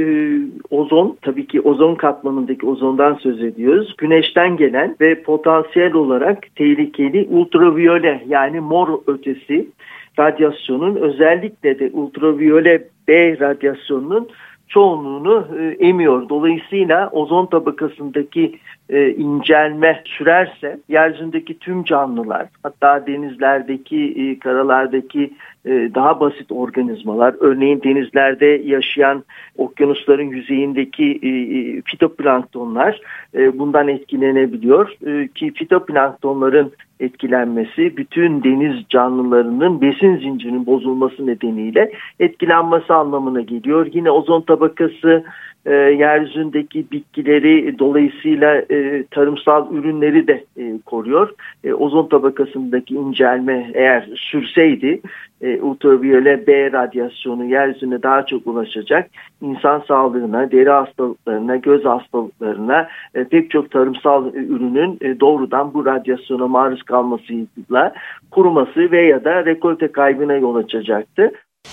ozon, tabii ki ozon katmanındaki ozondan söz ediyoruz. Güneşten gelen ve potansiyel olarak tehlikeli ultraviyole, yani mor ötesi radyasyonun, özellikle de ultraviyole B radyasyonunun çoğunluğunu e, emiyor. Dolayısıyla ozon tabakasındaki e, incelme sürerse yeryüzündeki tüm canlılar, hatta denizlerdeki, e, karalardaki e, daha basit organizmalar, örneğin denizlerde yaşayan okyanusların yüzeyindeki e, fitoplanktonlar e, bundan etkilenebiliyor. E, ki fitoplanktonların etkilenmesi bütün deniz canlılarının besin zincirinin bozulması nedeniyle etkilenmesi anlamına geliyor. Yine ozon tabakası e, yeryüzündeki bitkileri, dolayısıyla e, tarımsal ürünleri de e, koruyor. E, ozon tabakasındaki incelme eğer sürseydi e, ultraviyole B radyasyonu yeryüzüne daha çok ulaşacak. İnsan sağlığına, deri hastalıklarına, göz hastalıklarına, e, pek çok tarımsal e, ürünün e, doğrudan bu radyasyona maruz kalmasıyla kuruması veya da rekolte kaybına yol açacaktı.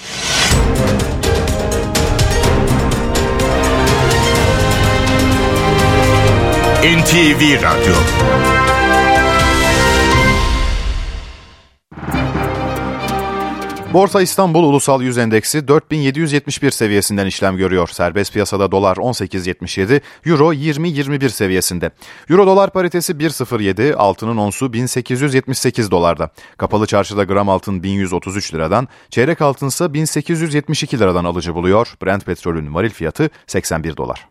N T V Radyo. Borsa İstanbul Ulusal Yüz Endeksi dört bin yedi yüz yetmiş bir seviyesinden işlem görüyor. Serbest piyasada dolar on sekiz yetmiş yedi, euro yirmi yirmi bir seviyesinde. Euro dolar paritesi bir nokta sıfır yedi, altının onsu bin sekiz yüz yetmiş sekiz dolarda. Kapalı çarşıda gram altın bin yüz otuz üç liradan, çeyrek altınsa bin sekiz yüz yetmiş iki liradan alıcı buluyor. Brent petrolün varil fiyatı seksen bir dolar.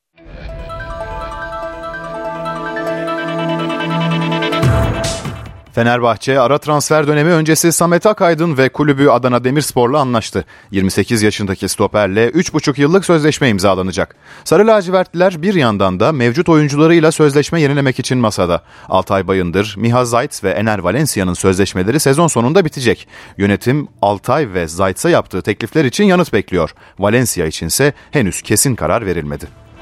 Fenerbahçe ara transfer dönemi öncesi Samet Akaydın ve kulübü Adana Demirspor'la anlaştı. yirmi sekiz yaşındaki stoperle üç buçuk yıllık sözleşme imzalanacak. Sarı lacivertliler bir yandan da mevcut oyuncularıyla sözleşme yenilemek için masada. Altay Bayındır, Miha Zayt ve Ener Valencia'nın sözleşmeleri sezon sonunda bitecek. Yönetim Altay ve Zayt'a yaptığı teklifler için yanıt bekliyor. Valencia içinse henüz kesin karar verilmedi.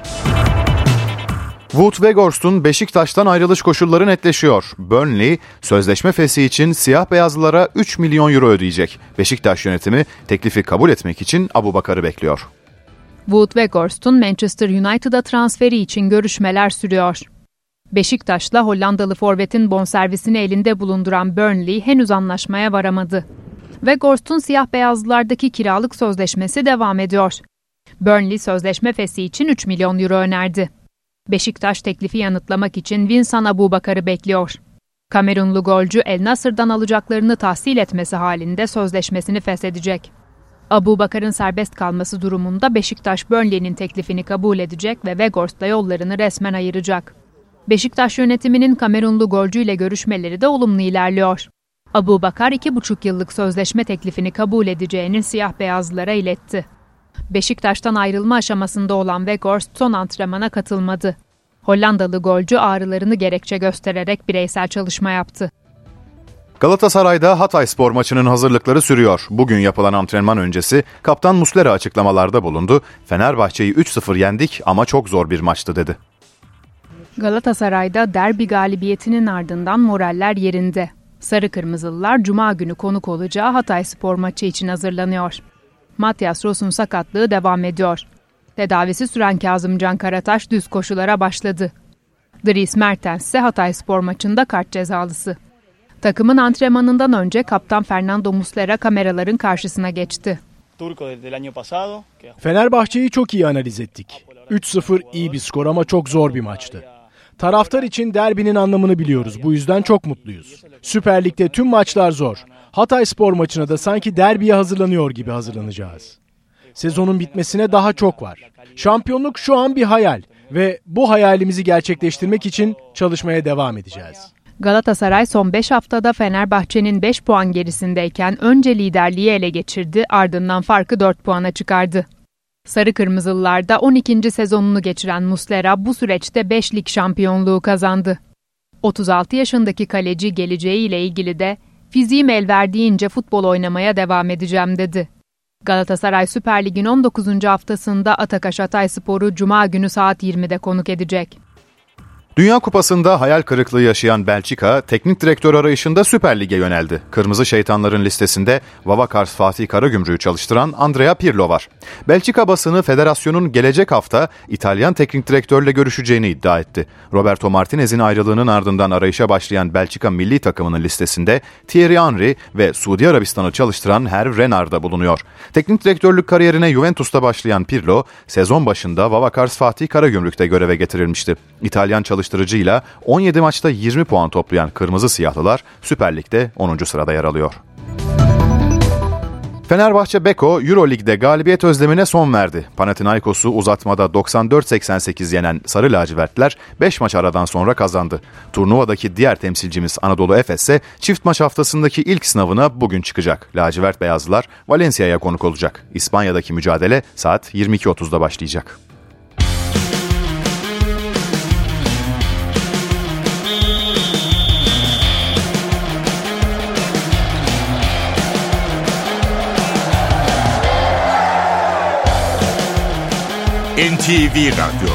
Wout Weghorst'un Beşiktaş'tan ayrılış koşulları netleşiyor. Burnley, sözleşme feshi için siyah beyazlılara üç milyon euro ödeyecek. Beşiktaş yönetimi teklifi kabul etmek için Abubakar'ı bekliyor. Wout Weghorst'un Manchester United'a transferi için görüşmeler sürüyor. Beşiktaş'la Hollandalı forvetin bonservisini elinde bulunduran Burnley henüz anlaşmaya varamadı. Weghorst'un siyah beyazlılardaki kiralık sözleşmesi devam ediyor. Burnley sözleşme feshi için üç milyon euro önerdi. Beşiktaş teklifi yanıtlamak için Vincent Abubakar'ı bekliyor. Kamerunlu golcü El Nasır'dan alacaklarını tahsil etmesi halinde sözleşmesini feshedecek. Abubakar'ın serbest kalması durumunda Beşiktaş Burnley'nin teklifini kabul edecek ve Weghorst'la yollarını resmen ayıracak. Beşiktaş yönetiminin Kamerunlu golcüyle görüşmeleri de olumlu ilerliyor. Abubakar iki buçuk yıllık sözleşme teklifini kabul edeceğini siyah beyazlılara iletti. Beşiktaş'tan ayrılma aşamasında olan Weghorst son antrenmana katılmadı. Hollandalı golcü ağrılarını gerekçe göstererek bireysel çalışma yaptı. Galatasaray'da Hatayspor maçının hazırlıkları sürüyor. Bugün yapılan antrenman öncesi kaptan Muslera açıklamalarda bulundu. Fenerbahçe'yi üç sıfır yendik ama çok zor bir maçtı dedi. Galatasaray'da derbi galibiyetinin ardından moraller yerinde. Sarı Kırmızılılar Cuma günü konuk olacağı Hatayspor maçı için hazırlanıyor. Matias Ross'un sakatlığı devam ediyor. Tedavisi süren Kazımcan Karataş düz koşulara başladı. Dries Mertens ise Hatayspor maçında kart cezalısı. Takımın antrenmanından önce kaptan Fernando Muslera kameraların karşısına geçti. Fenerbahçe'yi çok iyi analiz ettik. üç sıfır iyi bir skor ama çok zor bir maçtı. Taraftar için derbinin anlamını biliyoruz. Bu yüzden çok mutluyuz. Süper Lig'de tüm maçlar zor. Hatayspor maçına da sanki derbiye hazırlanıyor gibi hazırlanacağız. Sezonun bitmesine daha çok var. Şampiyonluk şu an bir hayal ve bu hayalimizi gerçekleştirmek için çalışmaya devam edeceğiz. Galatasaray son beş haftada Fenerbahçe'nin beş puan gerisindeyken önce liderliği ele geçirdi, ardından farkı dört puana çıkardı. Sarı Kırmızılılarda on ikinci sezonunu geçiren Muslera bu süreçte beş lig şampiyonluğu kazandı. otuz altı yaşındaki kaleci geleceğiyle ilgili de fiziğim el verdiğince futbol oynamaya devam edeceğim dedi. Galatasaray Süper Lig'in on dokuzuncu haftasında Atakaş Hatayspor'u Cuma günü saat yirmide konuk edecek. Dünya Kupası'nda hayal kırıklığı yaşayan Belçika, teknik direktör arayışında Süper Lig'e yöneldi. Kırmızı Şeytanların listesinde Vavakars Fatih Karagümrük'ü çalıştıran Andrea Pirlo var. Belçika basını federasyonun gelecek hafta İtalyan teknik direktörle görüşeceğini iddia etti. Roberto Martinez'in ayrılığının ardından arayışa başlayan Belçika milli takımının listesinde Thierry Henry ve Suudi Arabistan'ı çalıştıran Hervé Renard da bulunuyor. Teknik direktörlük kariyerine Juventus'ta başlayan Pirlo, sezon başında Vavakars Fatih Karagümrük'te göreve getirilmişti. İtalyan çalıştırıcıyla on yedi maçta yirmi puan toplayan Kırmızı Siyahlılar Süper Lig'de onuncu sırada yer alıyor. Fenerbahçe Beko Euroleague'de galibiyet özlemine son verdi. Panathinaikos'u uzatmada doksan dört seksen sekiz yenen Sarı Lacivertler beş maç aradan sonra kazandı. Turnuvadaki diğer temsilcimiz Anadolu Efes ise çift maç haftasındaki ilk sınavına bugün çıkacak. Lacivert Beyazlılar Valencia'ya konuk olacak. İspanya'daki mücadele saat yirmi iki otuzda başlayacak. N T V Radyo.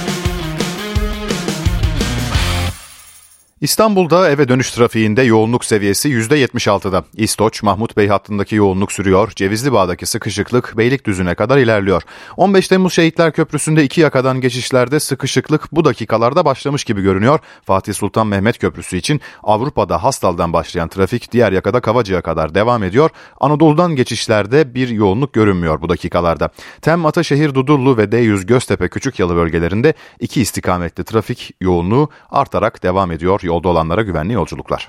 İstanbul'da eve dönüş trafiğinde yoğunluk seviyesi yüzde yetmiş altıda. İstoç, Mahmut Bey hattındaki yoğunluk sürüyor. Cevizli Bağ'daki sıkışıklık Beylikdüzü'ne kadar ilerliyor. on beş Temmuz Şehitler Köprüsü'nde iki yakadan geçişlerde sıkışıklık bu dakikalarda başlamış gibi görünüyor. Fatih Sultan Mehmet Köprüsü için Avrupa'da Hastal'dan başlayan trafik diğer yakada Kavacık'a kadar devam ediyor. Anadolu'dan geçişlerde bir yoğunluk görünmüyor bu dakikalarda. Tem Ataşehir Dudullu ve D yüz Göztepe Küçükyalı bölgelerinde iki istikametli trafik yoğunluğu artarak devam ediyor. Yolda olanlara güvenli yolculuklar.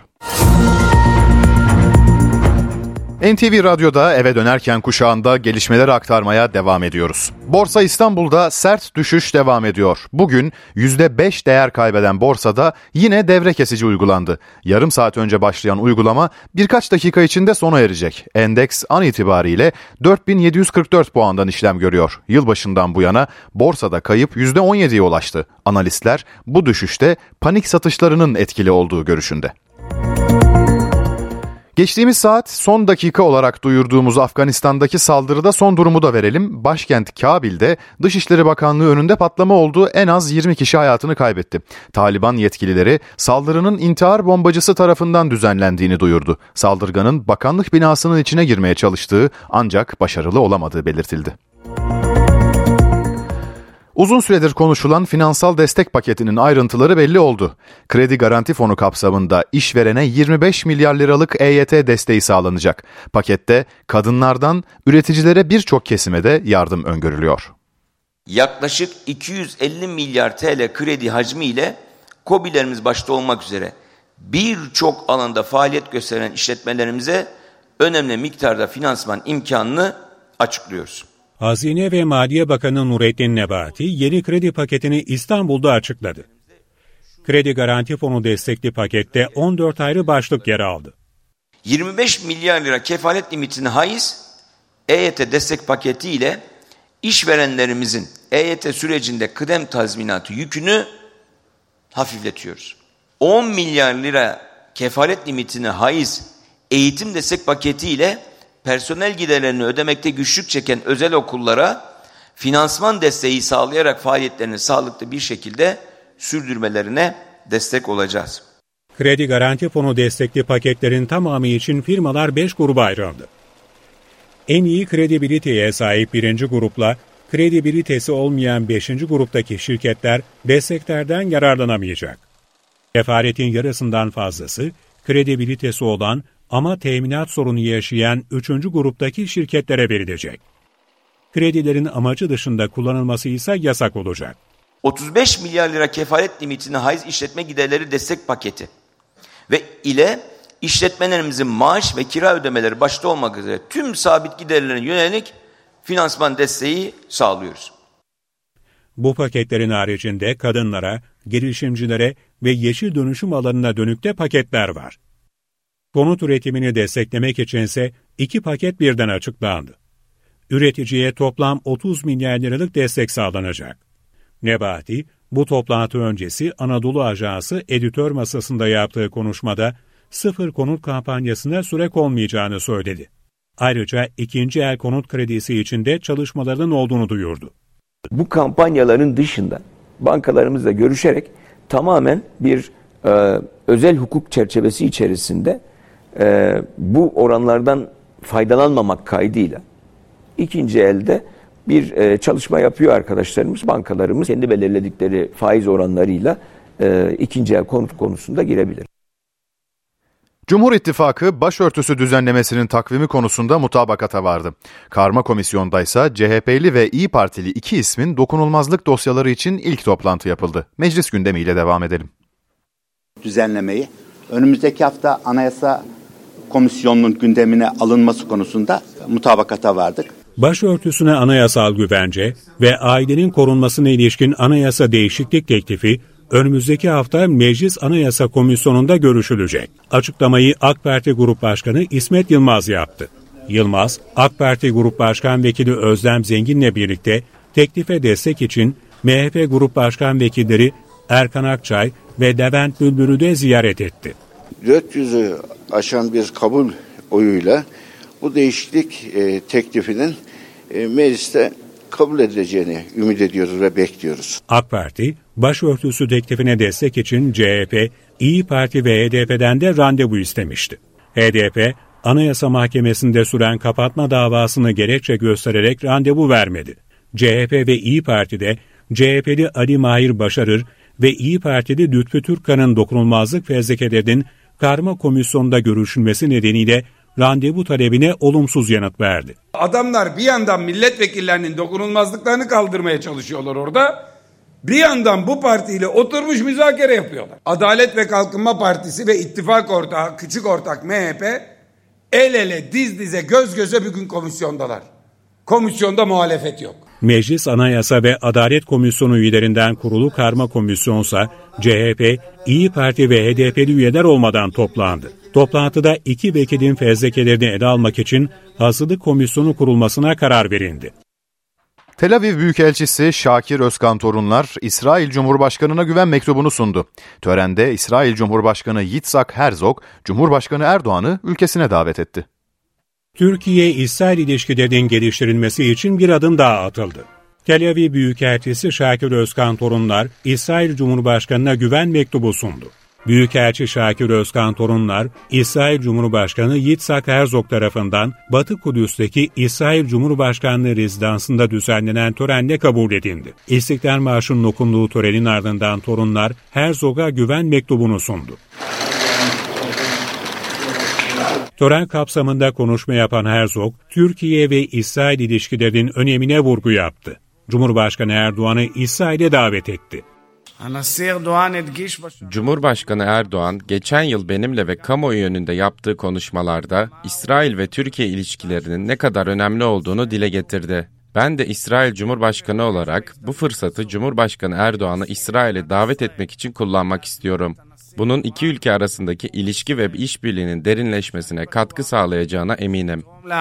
N T V Radyo'da eve dönerken kuşağında gelişmeleri aktarmaya devam ediyoruz. Borsa İstanbul'da sert düşüş devam ediyor. Bugün yüzde beş değer kaybeden borsada yine devre kesici uygulandı. Yarım saat önce başlayan uygulama birkaç dakika içinde sona erecek. Endeks an itibariyle dört bin yedi yüz kırk dört puandan işlem görüyor. Yılbaşından bu yana borsada kayıp yüzde on yediye ulaştı. Analistler bu düşüşte panik satışlarının etkili olduğu görüşünde. Geçtiğimiz saat son dakika olarak duyurduğumuz Afganistan'daki saldırıda son durumu da verelim. Başkent Kabil'de Dışişleri Bakanlığı önünde patlama oldu. En az yirmi kişi hayatını kaybetti. Taliban yetkilileri saldırının intihar bombacısı tarafından düzenlendiğini duyurdu. Saldırganın bakanlık binasının içine girmeye çalıştığı ancak başarılı olamadığı belirtildi. Uzun süredir konuşulan finansal destek paketinin ayrıntıları belli oldu. Kredi Garanti Fonu kapsamında işverene yirmi beş milyar liralık E Y T desteği sağlanacak. Pakette kadınlardan üreticilere birçok kesime de yardım öngörülüyor. Yaklaşık iki yüz elli milyar T L kredi hacmiyle KOBİ'lerimiz başta olmak üzere birçok alanda faaliyet gösteren işletmelerimize önemli miktarda finansman imkanını açıklıyoruz. Hazine ve Maliye Bakanı Nurettin Nebati yeni kredi paketini İstanbul'da açıkladı. Kredi Garanti Fonu destekli pakette on dört ayrı başlık yer aldı. yirmi beş milyar lira kefalet limitini haiz, E Y T destek paketi ile işverenlerimizin E Y T sürecinde kıdem tazminatı yükünü hafifletiyoruz. on milyar lira kefalet limitini haiz, eğitim destek paketi ile personel giderlerini ödemekte güçlük çeken özel okullara finansman desteği sağlayarak faaliyetlerini sağlıklı bir şekilde sürdürmelerine destek olacağız. Kredi Garanti Fonu destekli paketlerin tamamı için firmalar beş gruba ayrıldı. En iyi kredibiliteye sahip birinci grupla kredibilitesi olmayan beşinci gruptaki şirketler desteklerden yararlanamayacak. Kefaletin yarısından fazlası kredibilitesi olan ama teminat sorunu yaşayan üçüncü gruptaki şirketlere verilecek. Kredilerin amacı dışında kullanılması ise yasak olacak. otuz beş milyar lira kefalet limitini haiz işletme giderleri destek paketi ve ile işletmelerimizin maaş ve kira ödemeleri başta olmak üzere tüm sabit giderlerine yönelik finansman desteği sağlıyoruz. Bu paketlerin haricinde kadınlara, girişimcilere ve yeşil dönüşüm alanına dönük de paketler var. Konut üretimini desteklemek içinse iki paket birden açıklandı. Üreticiye toplam otuz milyar liralık destek sağlanacak. Nebati, bu toplantı öncesi Anadolu Ajansı editör masasında yaptığı konuşmada sıfır konut kampanyasına süre konmayacağını söyledi. Ayrıca ikinci el konut kredisi için de çalışmaların olduğunu duyurdu. Bu kampanyaların dışında bankalarımızla görüşerek tamamen bir e, özel hukuk çerçevesi içerisinde e, bu oranlardan faydalanmamak kaydıyla ikinci elde bir e, çalışma yapıyor arkadaşlarımız, bankalarımız kendi belirledikleri faiz oranlarıyla e, ikinci el konut konusunda girebilir. Cumhur İttifakı başörtüsü düzenlemesinin takvimi konusunda mutabakata vardı. Karma komisyondaysa C H P'li ve İYİ Partili iki ismin dokunulmazlık dosyaları için ilk toplantı yapıldı. Meclis gündemiyle devam edelim. Düzenlemeyi önümüzdeki hafta Anayasa Komisyonu'nun gündemine alınması konusunda mutabakata vardık. Başörtüsüne anayasal güvence ve ailenin korunmasına ilişkin anayasa değişiklik teklifi önümüzdeki hafta Meclis Anayasa Komisyonu'nda görüşülecek. Açıklamayı AK Parti Grup Başkanı İsmet Yılmaz yaptı. Yılmaz, AK Parti Grup Başkan Vekili Özlem Zengin'le birlikte teklife destek için M H P Grup Başkan Vekilleri Erkan Akçay ve Levent Bülbül'ü de ziyaret etti. dört yüzü aşan bir kabul oyuyla bu değişiklik e, teklifinin e, mecliste kabul edileceğini ümit ediyoruz ve bekliyoruz. AK Parti, başörtüsü teklifine destek için C H P, İYİ Parti ve H D P'den de randevu istemişti. H D P, Anayasa Mahkemesi'nde süren kapatma davasını gerekçe göstererek randevu vermedi. C H P ve İYİ Parti'de C H P'li Ali Mahir Başarır ve İYİ Partili Lütfü Türkkan'ın dokunulmazlık fezlekelerinin karma komisyonda görüşülmesi nedeniyle randevu talebine olumsuz yanıt verdi. Adamlar bir yandan milletvekillerinin dokunulmazlıklarını kaldırmaya çalışıyorlar orada. Bir yandan bu partiyle oturmuş müzakere yapıyorlar. Adalet ve Kalkınma Partisi ve ittifak ortağı, küçük ortak M H P el ele, diz dize, göz göze bugün komisyondalar. Komisyonda muhalefet yok. Meclis Anayasa ve Adalet Komisyonu üyelerinden kurulu karma komisyonsa C H P, İYİ Parti ve H D P'li üyeler olmadan toplandı. Toplantıda iki vekilin fezlekelerini ele almak için hazırlık komisyonu kurulmasına karar verildi. Tel Aviv Büyükelçisi Şakir Özkan Torunlar, İsrail Cumhurbaşkanı'na güven mektubunu sundu. Törende İsrail Cumhurbaşkanı Yitzhak Herzog, Cumhurbaşkanı Erdoğan'ı ülkesine davet etti. Türkiye-İsrail ilişkilerinin geliştirilmesi için bir adım daha atıldı. Tel Aviv Büyükelçisi Şakir Özkan Torunlar, İsrail Cumhurbaşkanı'na güven mektubu sundu. Büyükelçi Şakir Özkan Torunlar, İsrail Cumhurbaşkanı Yitzhak Herzog tarafından Batı Kudüs'teki İsrail Cumhurbaşkanlığı rezidansında düzenlenen törenle kabul edildi. İstiklal Marşı'nın okunduğu törenin ardından Torunlar, Herzog'a güven mektubunu sundu. Tören kapsamında konuşma yapan Herzog, Türkiye ve İsrail ilişkilerinin önemine vurgu yaptı. Cumhurbaşkanı Erdoğan'ı İsrail'e davet etti. Cumhurbaşkanı Erdoğan geçen yıl benimle ve kamuoyu önünde yaptığı konuşmalarda İsrail ve Türkiye ilişkilerinin ne kadar önemli olduğunu dile getirdi. Ben de İsrail Cumhurbaşkanı olarak bu fırsatı Cumhurbaşkanı Erdoğan'ı İsrail'e davet etmek için kullanmak istiyorum. Bunun iki ülke arasındaki ilişki ve işbirliğinin derinleşmesine katkı sağlayacağına eminim.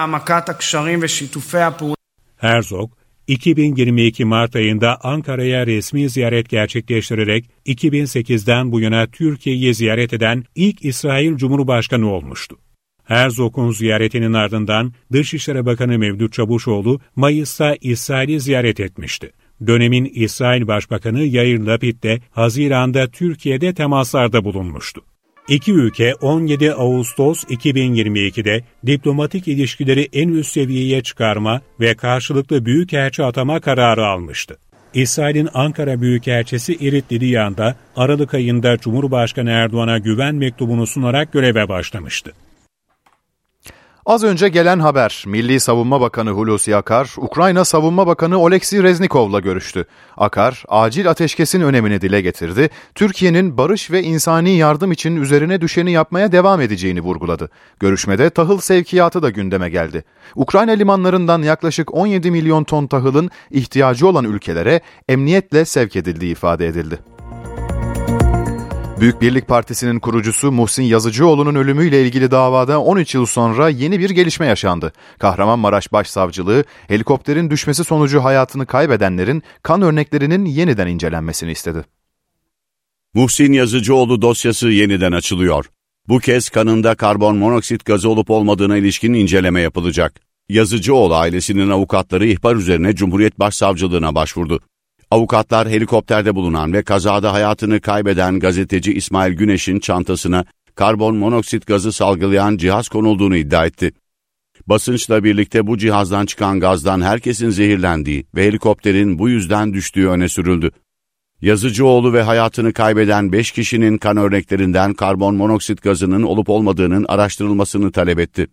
Herzog, iki bin yirmi iki Mart ayında Ankara'ya resmi ziyaret gerçekleştirerek iki bin sekizden bu yana Türkiye'yi ziyaret eden ilk İsrail Cumhurbaşkanı olmuştu. Herzog'un ziyaretinin ardından Dışişleri Bakanı Mevlüt Çavuşoğlu Mayıs'ta İsrail'i ziyaret etmişti. Dönemin İsrail Başbakanı Yair Lapid de Haziran'da Türkiye'de temaslarda bulunmuştu. İki ülke on yedi Ağustos iki bin yirmi ikide diplomatik ilişkileri en üst seviyeye çıkarma ve karşılıklı büyükelçi atama kararı almıştı. İsrail'in Ankara Büyükelçisi Irit Diliyan da Aralık ayında Cumhurbaşkanı Erdoğan'a güven mektubunu sunarak göreve başlamıştı. Az önce gelen haber, Milli Savunma Bakanı Hulusi Akar, Ukrayna Savunma Bakanı Oleksiy Reznikov'la görüştü. Akar, acil ateşkesin önemini dile getirdi, Türkiye'nin barış ve insani yardım için üzerine düşeni yapmaya devam edeceğini vurguladı. Görüşmede tahıl sevkiyatı da gündeme geldi. Ukrayna limanlarından yaklaşık on yedi milyon ton tahılın ihtiyacı olan ülkelere emniyetle sevk edildiği ifade edildi. Büyük Birlik Partisi'nin kurucusu Muhsin Yazıcıoğlu'nun ölümüyle ilgili davada on üç yıl sonra yeni bir gelişme yaşandı. Kahramanmaraş Başsavcılığı, helikopterin düşmesi sonucu hayatını kaybedenlerin kan örneklerinin yeniden incelenmesini istedi. Muhsin Yazıcıoğlu dosyası yeniden açılıyor. Bu kez kanında karbon monoksit gazı olup olmadığına ilişkin inceleme yapılacak. Yazıcıoğlu ailesinin avukatları ihbar üzerine Cumhuriyet Başsavcılığına başvurdu. Avukatlar helikopterde bulunan ve kazada hayatını kaybeden gazeteci İsmail Güneş'in çantasına karbon monoksit gazı salgılayan cihaz konulduğunu iddia etti. Basınçla birlikte bu cihazdan çıkan gazdan herkesin zehirlendiği ve helikopterin bu yüzden düştüğü öne sürüldü. Yazıcıoğlu ve hayatını kaybeden beş kişinin kan örneklerinden karbon monoksit gazının olup olmadığının araştırılmasını talep etti.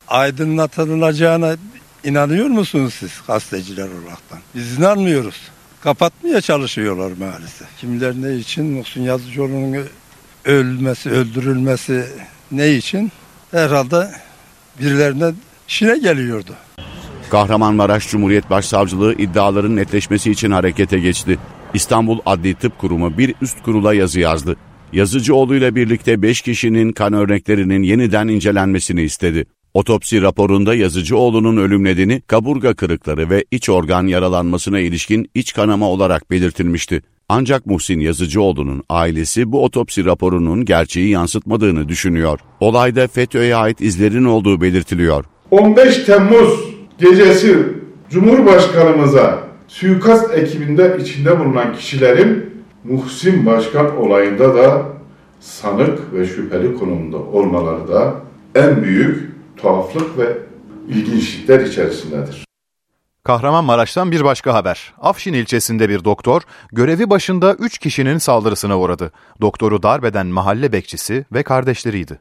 Aydınlatılacağına inanıyor musunuz siz gazeteciler olaraktan? Biz inanmıyoruz. Kapatmaya çalışıyorlar maalesef. Kimler ne için? Muhsin Yazıcıoğlu'nun ölmesi, öldürülmesi ne için? Herhalde birilerine işine geliyordu. Kahramanmaraş Cumhuriyet Başsavcılığı iddiaların netleşmesi için harekete geçti. İstanbul Adli Tıp Kurumu bir üst kurula yazı yazdı. Yazıcıoğlu ile birlikte beş kişinin kan örneklerinin yeniden incelenmesini istedi. Otopsi raporunda Yazıcıoğlu'nun ölüm nedeni kaburga kırıkları ve iç organ yaralanmasına ilişkin iç kanama olarak belirtilmişti. Ancak Muhsin Yazıcıoğlu'nun ailesi bu otopsi raporunun gerçeği yansıtmadığını düşünüyor. Olayda FETÖ'ye ait izlerin olduğu belirtiliyor. on beş Temmuz gecesi Cumhurbaşkanımıza suikast ekibinde içinde bulunan kişilerin Muhsin Başkan olayında da sanık ve şüpheli konumunda olmaları da en büyük tuhaflık ve ilginçlikler içerisindedir. Kahramanmaraş'tan bir başka haber. Afşin ilçesinde bir doktor görevi başında üç kişinin saldırısına uğradı. Doktoru darbeden mahalle bekçisi ve kardeşleriydi.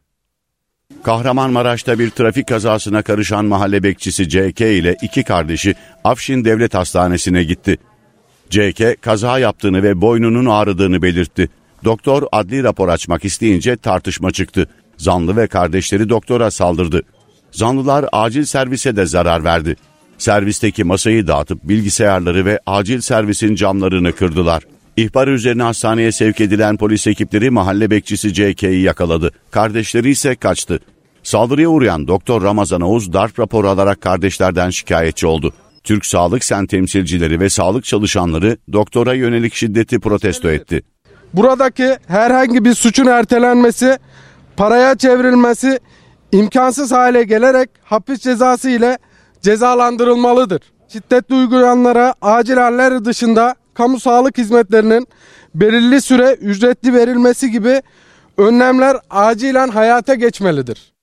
Kahramanmaraş'ta bir trafik kazasına karışan mahalle bekçisi C K ile iki kardeşi Afşin Devlet Hastanesi'ne gitti. C K kaza yaptığını ve boynunun ağrıdığını belirtti. Doktor adli rapor açmak isteyince tartışma çıktı. Zanlı ve kardeşleri doktora saldırdı. Zanlılar acil servise de zarar verdi. Servisteki masayı dağıtıp bilgisayarları ve acil servisin camlarını kırdılar. İhbar üzerine hastaneye sevk edilen polis ekipleri mahalle bekçisi C K'yi yakaladı. Kardeşleri ise kaçtı. Saldırıya uğrayan Doktor Ramazan Oğuz darp raporu alarak kardeşlerden şikayetçi oldu. Türk Sağlık Sen temsilcileri ve sağlık çalışanları doktora yönelik şiddeti protesto etti. Buradaki herhangi bir suçun ertelenmesi, paraya çevrilmesi imkansız hale gelerek hapis cezası ile cezalandırılmalıdır. Şiddetli uygulayanlara acil haller dışında kamu sağlık hizmetlerinin belirli süre ücretli verilmesi gibi önlemler acilen hayata geçmelidir.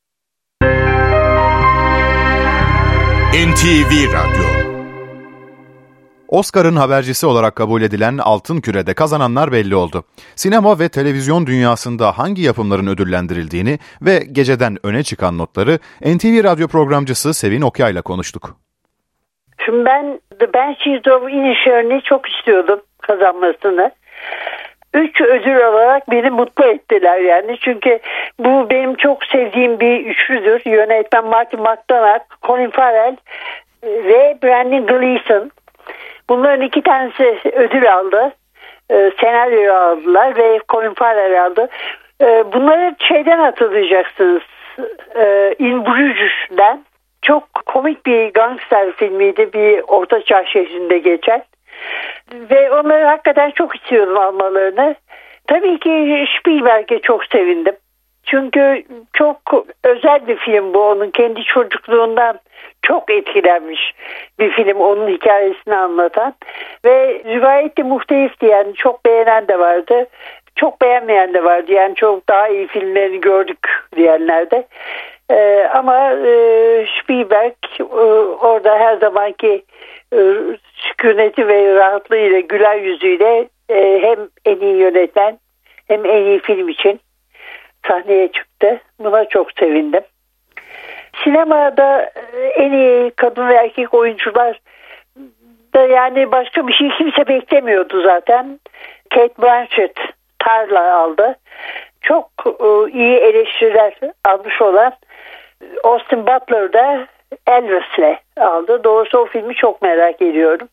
N T V Radyo. Oscar'ın habercisi olarak kabul edilen Altın Küre'de kazananlar belli oldu. Sinema ve televizyon dünyasında hangi yapımların ödüllendirildiğini ve geceden öne çıkan notları N T V Radyo programcısı Sevin Okyay'la konuştuk. Şimdi ben The Banshees of Inisherin'i çok istiyordum kazanmasını. Üç ödül olarak beni mutlu ettiler yani. Çünkü bu benim çok sevdiğim bir üçlüdür. Yönetmen Martin McDonagh, Colin Farrell ve Brendan Gleeson. Bunların iki tanesi ödül aldı. E, senaryo aldılar ve Colin Farrell aldı. E, bunları şeyden hatırlayacaksınız. E, In Bruges'den. Çok komik bir gangster filmiydi. Bir ortaçağ şehrinde geçen. Ve onları hakikaten çok istiyordum almalarını. Tabii ki Spielberg'e çok sevindim. Çünkü çok özel bir film bu. Onun kendi çocukluğundan çok etkilenmiş bir film. Onun hikayesini anlatan. Ve rivayet de muhtelifti yani. Çok beğenen de vardı. Çok beğenmeyen de vardı. Yani çok daha iyi filmlerini gördük diyenler de. Ee, ama e, Spielberg e, orada her zamanki e, sükuneti ve rahatlığıyla, güler yüzüyle e, hem en iyi yönetmen hem en iyi film için sahneye çıktı. Buna çok sevindim. Sinemada en iyi kadın ve erkek oyuncular da yani başka bir şey kimse beklemiyordu zaten. Kate Blanchett Tar'la aldı. Çok e, iyi eleştiriler almış olan Austin Butler da Elvis'le aldı. Doğrusu o filmi çok merak ediyorum.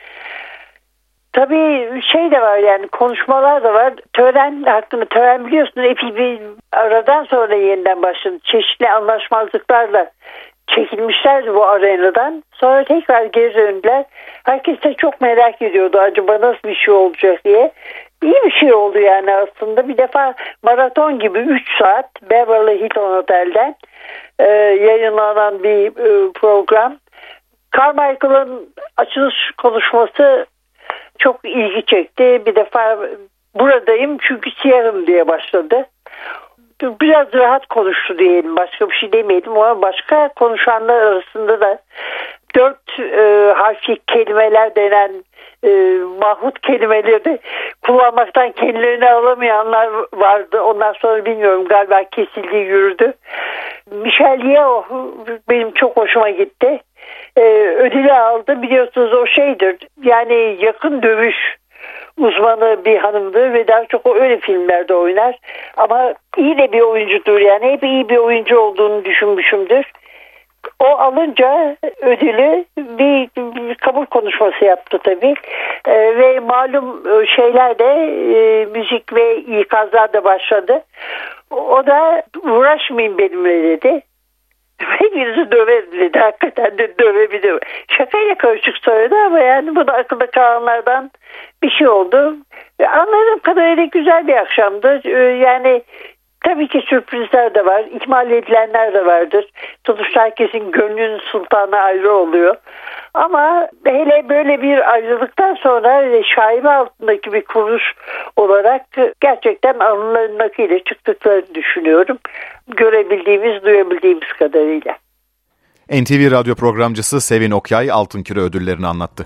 Tabii şey de var yani konuşmalar da var. Tören hakkında tören biliyorsunuz epey bir aradan sonra yeniden başladı. Çeşitli anlaşmazlıklarla çekilmişlerdi bu arenadan. Sonra tekrar geri döndüler. Herkes de çok merak ediyordu acaba nasıl bir şey olacak diye. İyi bir şey oldu yani aslında. Bir defa maraton gibi üç saat Beverly Hilton Otel'den e, yayınlanan bir e, program. Carmichael'ın açılış konuşması çok ilgi çekti. Bir defa buradayım çünkü siyahım diye başladı. Biraz rahat konuştu diyelim. Başka bir şey demeyelim ama başka konuşanlar arasında da dört e, harfli kelimeler denen e, mahut kelimeleri kullanmaktan kendilerini alamayanlar vardı. Ondan sonra bilmiyorum galiba kesildi yürüdü. Michelle Yeoh benim çok hoşuma gitti. E, ödülü aldı. Biliyorsunuz o şeydir. Yani yakın dövüş uzmanı bir hanımdır ve daha çok o öyle filmlerde oynar. Ama iyi de bir oyuncudur yani. Hep iyi bir oyuncu olduğunu düşünmüşümdür. O alınca ödülü bir, bir kabul konuşması yaptı tabii. Ee, ve malum şeyler de e, müzik ve ikazlar da başladı. O da uğraşmayın benimle dedi. Hepinizi döverim dedi. Hakikaten de dövebilirim. Şakayla karışık söyledi ama yani bu da akılda kalanlardan bir şey oldu. Anladığım kadarıyla güzel bir akşamdı. Yani tabii ki sürprizler de var. İhmal edilenler de vardır. Sonuçta herkesin gönlünün sultanı ayrı oluyor. Ama hele böyle bir ayrılıktan sonra şaibe altındaki bir kuruluş olarak gerçekten alınların akıyla çıktıklarını düşünüyorum. Görebildiğimiz, duyabildiğimiz kadarıyla. N T V radyo programcısı Sevin Okyay Altın Küre ödüllerini anlattı.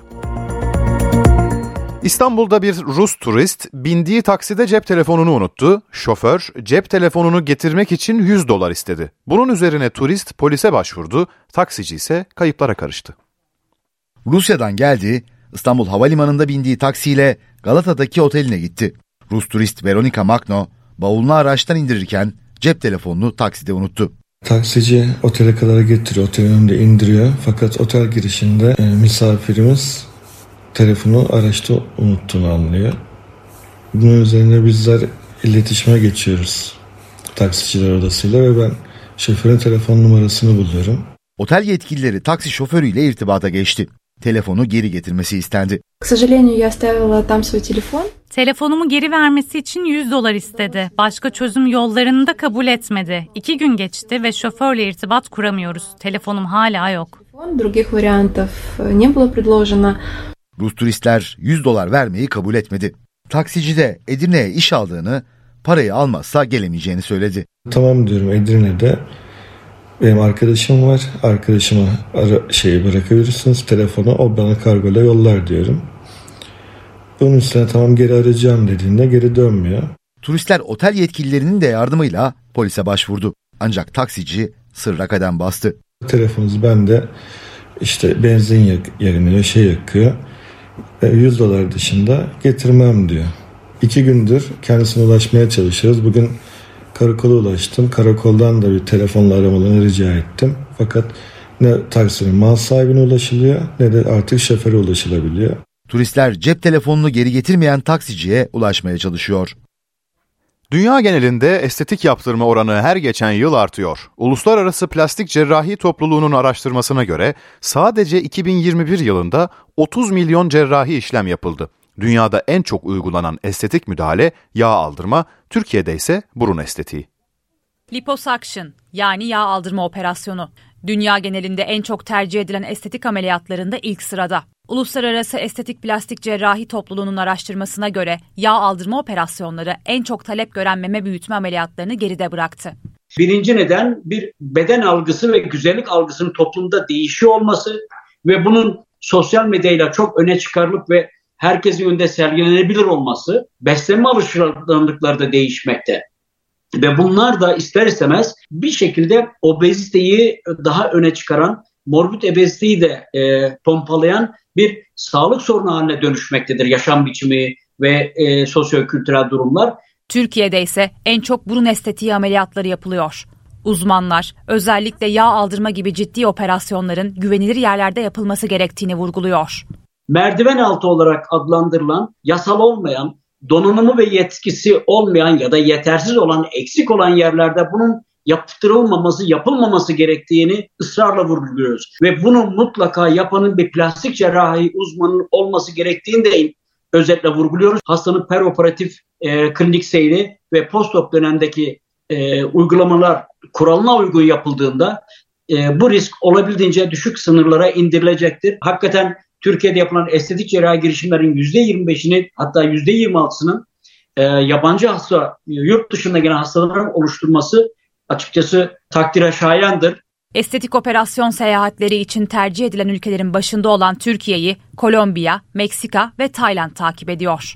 İstanbul'da bir Rus turist bindiği takside cep telefonunu unuttu. Şoför cep telefonunu getirmek için yüz dolar istedi. Bunun üzerine turist polise başvurdu. Taksici ise kayıplara karıştı. Rusya'dan geldi, İstanbul Havalimanı'nda bindiği taksiyle Galata'daki oteline gitti. Rus turist Veronika Makno bavulunu araçtan indirirken cep telefonunu takside unuttu. Taksici otele kadar getiriyor, otelin önünde indiriyor. Fakat otel girişinde e, misafirimiz telefonu araçta unuttuğunu anlıyor. Bunun üzerine bizler iletişime geçiyoruz taksiciler odasıyla ve ben şoförün telefon numarasını buluyorum. Otel yetkilileri taksi şoförüyle irtibata geçti. Telefonu geri getirmesi istendi. Telefonumu geri vermesi için yüz dolar istedi. Başka çözüm yollarını da kabul etmedi. İki gün geçti ve şoförle irtibat kuramıyoruz. Telefonum hala yok. Rus turistler yüz dolar vermeyi kabul etmedi. Taksici de Edirne'ye iş aldığını, parayı almazsa gelemeyeceğini söyledi. Tamam diyorum, Edirne'de benim arkadaşım var. Arkadaşıma ara, şeyi bırakabilirsiniz telefonu, o bana kargoyla yollar diyorum. Bunun üstüne tamam geri arayacağım dediğinde geri dönmüyor. Turistler otel yetkililerinin de yardımıyla polise başvurdu. Ancak taksici sırra kadem bastı. Telefonunuz bende, işte benzin yak, yerine şey yakıyor. yüz dolar dışında getirmem diyor. iki gündür kendisine ulaşmaya çalışıyoruz. Bugün karakola ulaştım. Karakoldan da bir telefonla aramalarını rica ettim. Fakat ne taksinin mal sahibine ulaşılıyor ne de artık şoföre ulaşılabiliyor. Turistler cep telefonunu geri getirmeyen taksiciye ulaşmaya çalışıyor. Dünya genelinde estetik yaptırma oranı her geçen yıl artıyor. Uluslararası Plastik Cerrahi Topluluğu'nun araştırmasına göre sadece iki bin yirmi bir yılında otuz milyon cerrahi işlem yapıldı. Dünyada en çok uygulanan estetik müdahale yağ aldırma, Türkiye'de ise burun estetiği. Liposuction yani yağ aldırma operasyonu. Dünya genelinde en çok tercih edilen estetik ameliyatlarında ilk sırada. Uluslararası Estetik Plastik Cerrahi Topluluğu'nun araştırmasına göre yağ aldırma operasyonları en çok talep gören meme büyütme ameliyatlarını geride bıraktı. Birinci neden bir beden algısı ve güzellik algısının toplumda değişiyor olması ve bunun sosyal medyayla çok öne çıkarılıp ve herkesin önünde sergilenebilir olması. Beslenme alışkanlıkları da değişmekte. Ve bunlar da ister istemez bir şekilde obeziteyi daha öne çıkaran, morbid obeziteyi de e, pompalayan bir sağlık sorunu haline dönüşmektedir. Yaşam biçimi ve e, sosyo-kültürel durumlar. Türkiye'de ise en çok burun estetiği ameliyatları yapılıyor. Uzmanlar özellikle yağ aldırma gibi ciddi operasyonların güvenilir yerlerde yapılması gerektiğini vurguluyor. Merdiven altı olarak adlandırılan, yasal olmayan, donanımı ve yetkisi olmayan ya da yetersiz olan, eksik olan yerlerde bunun yaptırılmaması, yapılmaması gerektiğini ısrarla vurguluyoruz. Ve bunu mutlaka yapanın bir plastik cerrahi uzmanının olması gerektiğini de özetle vurguluyoruz. Hastanın peroperatif e, klinik seyri ve post-op dönemdeki e, uygulamalar kuralına uygun yapıldığında e, bu risk olabildiğince düşük sınırlara indirilecektir. Hakikaten Türkiye'de yapılan estetik cerrahi girişimlerin yüzde yirmi beşinin hatta yüzde yirmi altısının e, yabancı hasta, yurt dışında gelen hastaların oluşturması açıkçası takdire şayandır. Estetik operasyon seyahatleri için tercih edilen ülkelerin başında olan Türkiye'yi Kolombiya, Meksika ve Tayland takip ediyor.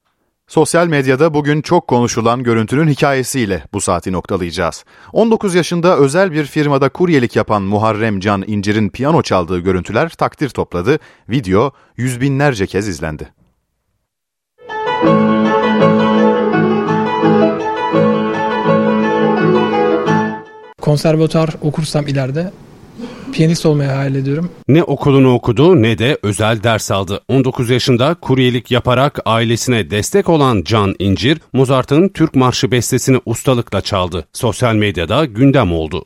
Sosyal medyada bugün çok konuşulan görüntünün hikayesiyle bu saati noktalayacağız. on dokuz yaşında özel bir firmada kuryelik yapan Muharrem Can İncir'in piyano çaldığı görüntüler takdir topladı. Video yüz binlerce kez izlendi. Konservatuar okursam ileride piyanist olmayı hayal ediyorum. Ne okulunu okudu ne de özel ders aldı. on dokuz yaşında kuryelik yaparak ailesine destek olan Can İncir, Mozart'ın Türk Marşı bestesini ustalıkla çaldı. Sosyal medyada gündem oldu.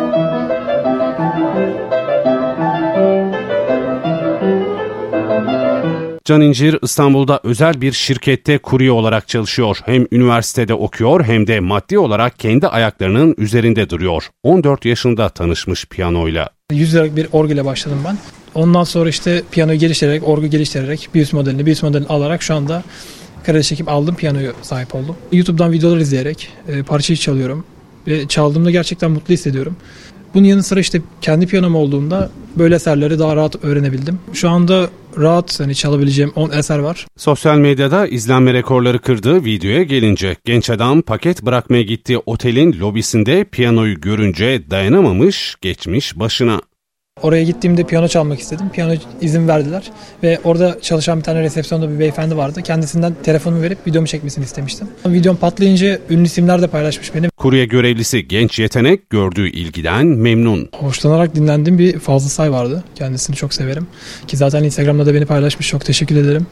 Can İncir İstanbul'da özel bir şirkette kurye olarak çalışıyor. Hem üniversitede okuyor hem de maddi olarak kendi ayaklarının üzerinde duruyor. on dört yaşında tanışmış piyanoyla. yüz liralık bir orgu ile başladım ben. Ondan sonra işte piyanoyu geliştirerek, orgu geliştirerek, bir üst modelini, bir üst modelini alarak şu anda kredi çekip aldım, piyanoyu sahip oldum. YouTube'dan videolar izleyerek e, parçayı çalıyorum ve çaldığımda gerçekten mutlu hissediyorum. Bunun yanı sıra işte kendi piyanom olduğunda böyle eserleri daha rahat öğrenebildim. Şu anda rahat hani çalabileceğim on eser var. Sosyal medyada izlenme rekorları kırdığı videoya gelince genç adam paket bırakmaya gittiği otelin lobisinde piyanoyu görünce dayanamamış, geçmiş başına. Oraya gittiğimde piyano çalmak istedim. Piyano izin verdiler ve orada çalışan bir tane resepsiyonda bir beyefendi vardı. Kendisinden telefonumu verip videomu çekmesini istemiştim. Videom patlayınca ünlü isimler de paylaşmış beni. Kurye görevlisi genç yetenek gördüğü ilgiden memnun. Hoşlanarak dinlendiğim bir Fazıl Say vardı. Kendisini çok severim. Ki zaten Instagram'da da beni paylaşmış. Çok teşekkür ederim.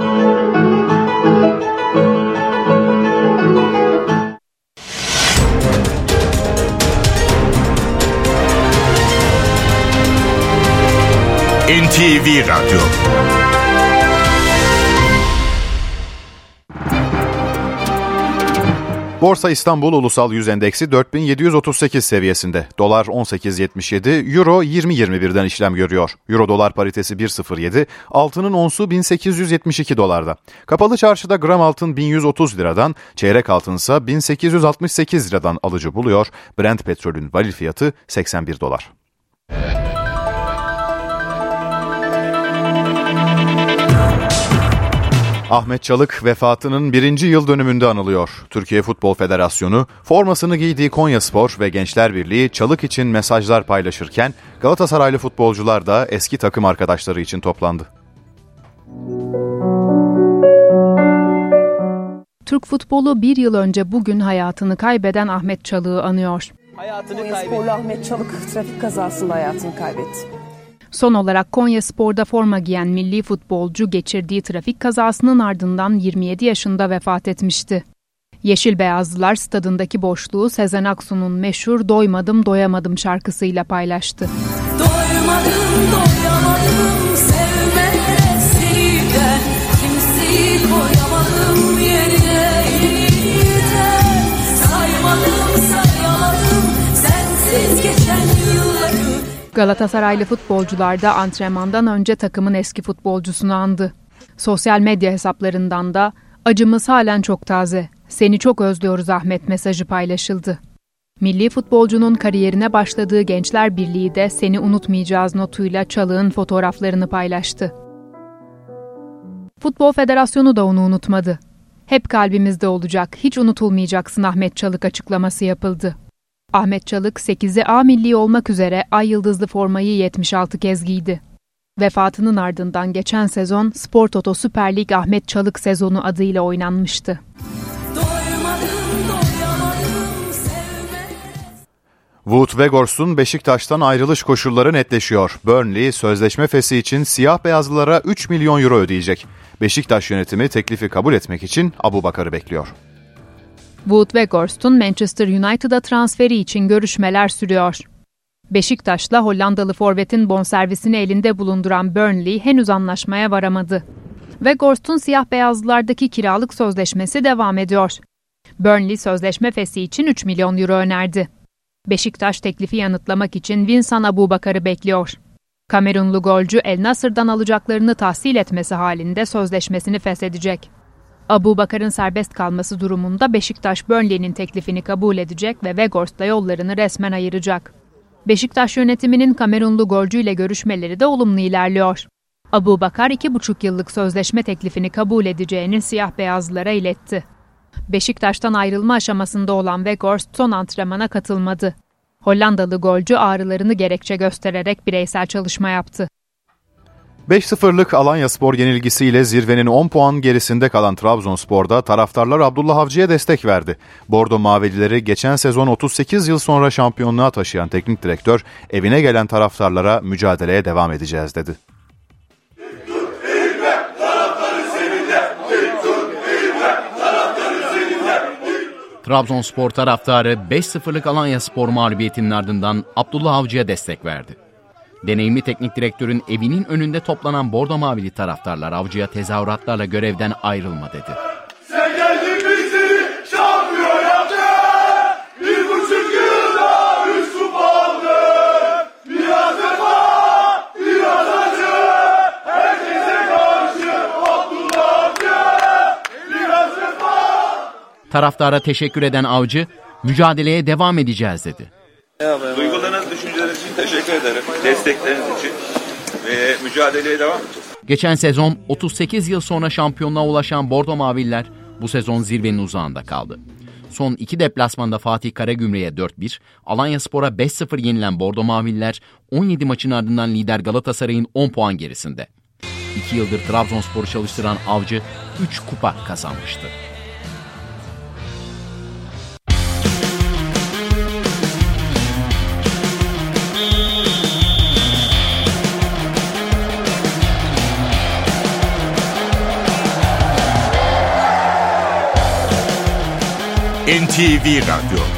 N T V Radyo. Borsa İstanbul Ulusal Yüz Endeksi dört bin yedi yüz otuz sekiz seviyesinde. Dolar on sekiz yetmiş yedi, Euro yirmi yirmi birden işlem görüyor. Euro dolar paritesi bir virgül sıfır yedi, altının onsu bin sekiz yüz yetmiş iki dolarda. Kapalı çarşıda gram altın bin yüz otuz liradan, çeyrek altınsa bin sekiz yüz altmış sekiz liradan alıcı buluyor. Brent petrolün varil fiyatı seksen bir dolar. Ahmet Çalık vefatının birinci yıl dönümünde anılıyor. Türkiye Futbol Federasyonu formasını giydiği Konyaspor ve Gençler Birliği Çalık için mesajlar paylaşırken Galatasaraylı futbolcular da eski takım arkadaşları için toplandı. Türk futbolu bir yıl önce bugün hayatını kaybeden Ahmet Çalık'ı anıyor. Hayatını kaybetti. Ahmet Çalık trafik kazasında hayatını kaybetti. Son olarak Konyaspor'da forma giyen milli futbolcu geçirdiği trafik kazasının ardından yirmi yedi yaşında vefat etmişti. Yeşil Beyazlılar stadındaki boşluğu Sezen Aksu'nun meşhur Doymadım Doyamadım şarkısıyla paylaştı. Doymadım doyamadım sevmelere seni kimseyi koyamadım yerine yeniden saymadım sayamadım sensiz geçen yılları. Galatasaraylı futbolcular da antrenmandan önce takımın eski futbolcusunu andı. Sosyal medya hesaplarından da acımız halen çok taze, seni çok özlüyoruz Ahmet mesajı paylaşıldı. Milli futbolcunun kariyerine başladığı Gençler Birliği de seni unutmayacağız notuyla Çalık'ın fotoğraflarını paylaştı. Futbol Federasyonu da onu unutmadı. Hep kalbimizde olacak, hiç unutulmayacaksın Ahmet Çalık açıklaması yapıldı. Ahmet Çalık sekizi A milli olmak üzere ay yıldızlı formayı yetmiş altı kez giydi. Vefatının ardından geçen sezon Spor Toto Süper Lig Ahmet Çalık sezonu adıyla oynanmıştı. Wout Weghorst'un Beşiktaş'tan ayrılış koşulları netleşiyor. Burnley sözleşme feshi için siyah beyazlılara üç milyon euro ödeyecek. Beşiktaş yönetimi teklifi kabul etmek için Abubakar'ı bekliyor. Wout Weghorst'un Manchester United'a transferi için görüşmeler sürüyor. Beşiktaş'la Hollandalı forvetin bonservisini elinde bulunduran Burnley henüz anlaşmaya varamadı. Weghorst'un siyah beyazlılardaki kiralık sözleşmesi devam ediyor. Burnley sözleşme feshi için üç milyon euro önerdi. Beşiktaş teklifi yanıtlamak için Vincent Abubakar'ı bekliyor. Kamerunlu golcü El Nasır'dan alacaklarını tahsil etmesi halinde sözleşmesini feshedecek. Abubakar'ın serbest kalması durumunda Beşiktaş Burnley'nin teklifini kabul edecek ve Weghorst'la yollarını resmen ayıracak. Beşiktaş yönetiminin Kamerunlu golcüyle görüşmeleri de olumlu ilerliyor. Abubakar iki buçuk yıllık sözleşme teklifini kabul edeceğini siyah beyazlılara iletti. Beşiktaş'tan ayrılma aşamasında olan Weghorst son antrenmana katılmadı. Hollandalı golcü ağrılarını gerekçe göstererek bireysel çalışma yaptı. beş sıfırlık Alanyaspor yenilgisiyle zirvenin on puan gerisinde kalan Trabzonspor'da taraftarlar Abdullah Avcı'ya destek verdi. Bordo Mavilileri geçen sezon otuz sekiz yıl sonra şampiyonluğa taşıyan teknik direktör evine gelen taraftarlara mücadeleye devam edeceğiz dedi. Trabzonspor taraftarı beş sıfırlık Alanyaspor mağlubiyetinin ardından Abdullah Avcı'ya destek verdi. Deneyimli teknik direktörün evinin önünde toplanan Bordo Mavili taraftarlar Avcı'ya tezahüratlarla görevden ayrılma dedi. Sen geldin biz seni şampiyon yapacak. Bir buçuk yılda üç kupa aldık. Biraz vefa, biraz acı. Herkese karşı Abdullah Avcı. Biraz vefa. Taraftara teşekkür eden Avcı, mücadeleye devam edeceğiz dedi. Duygularınız, düşünceleriniz için teşekkür ederim. Destekleriniz için ve mücadeleye devam edeceğiz. Geçen sezon otuz sekiz yıl sonra şampiyonluğa ulaşan Bordo Mavililer bu sezon zirvenin uzağında kaldı. Son iki deplasmanda Fatih Karagümrük'e dört bir, Alanyaspor'a beş sıfır yenilen Bordo Mavililer on yedi maçın ardından lider Galatasaray'ın on puan gerisinde. iki yıldır Trabzonspor'u çalıştıran Avcı üç kupa kazanmıştı. N T V Radyo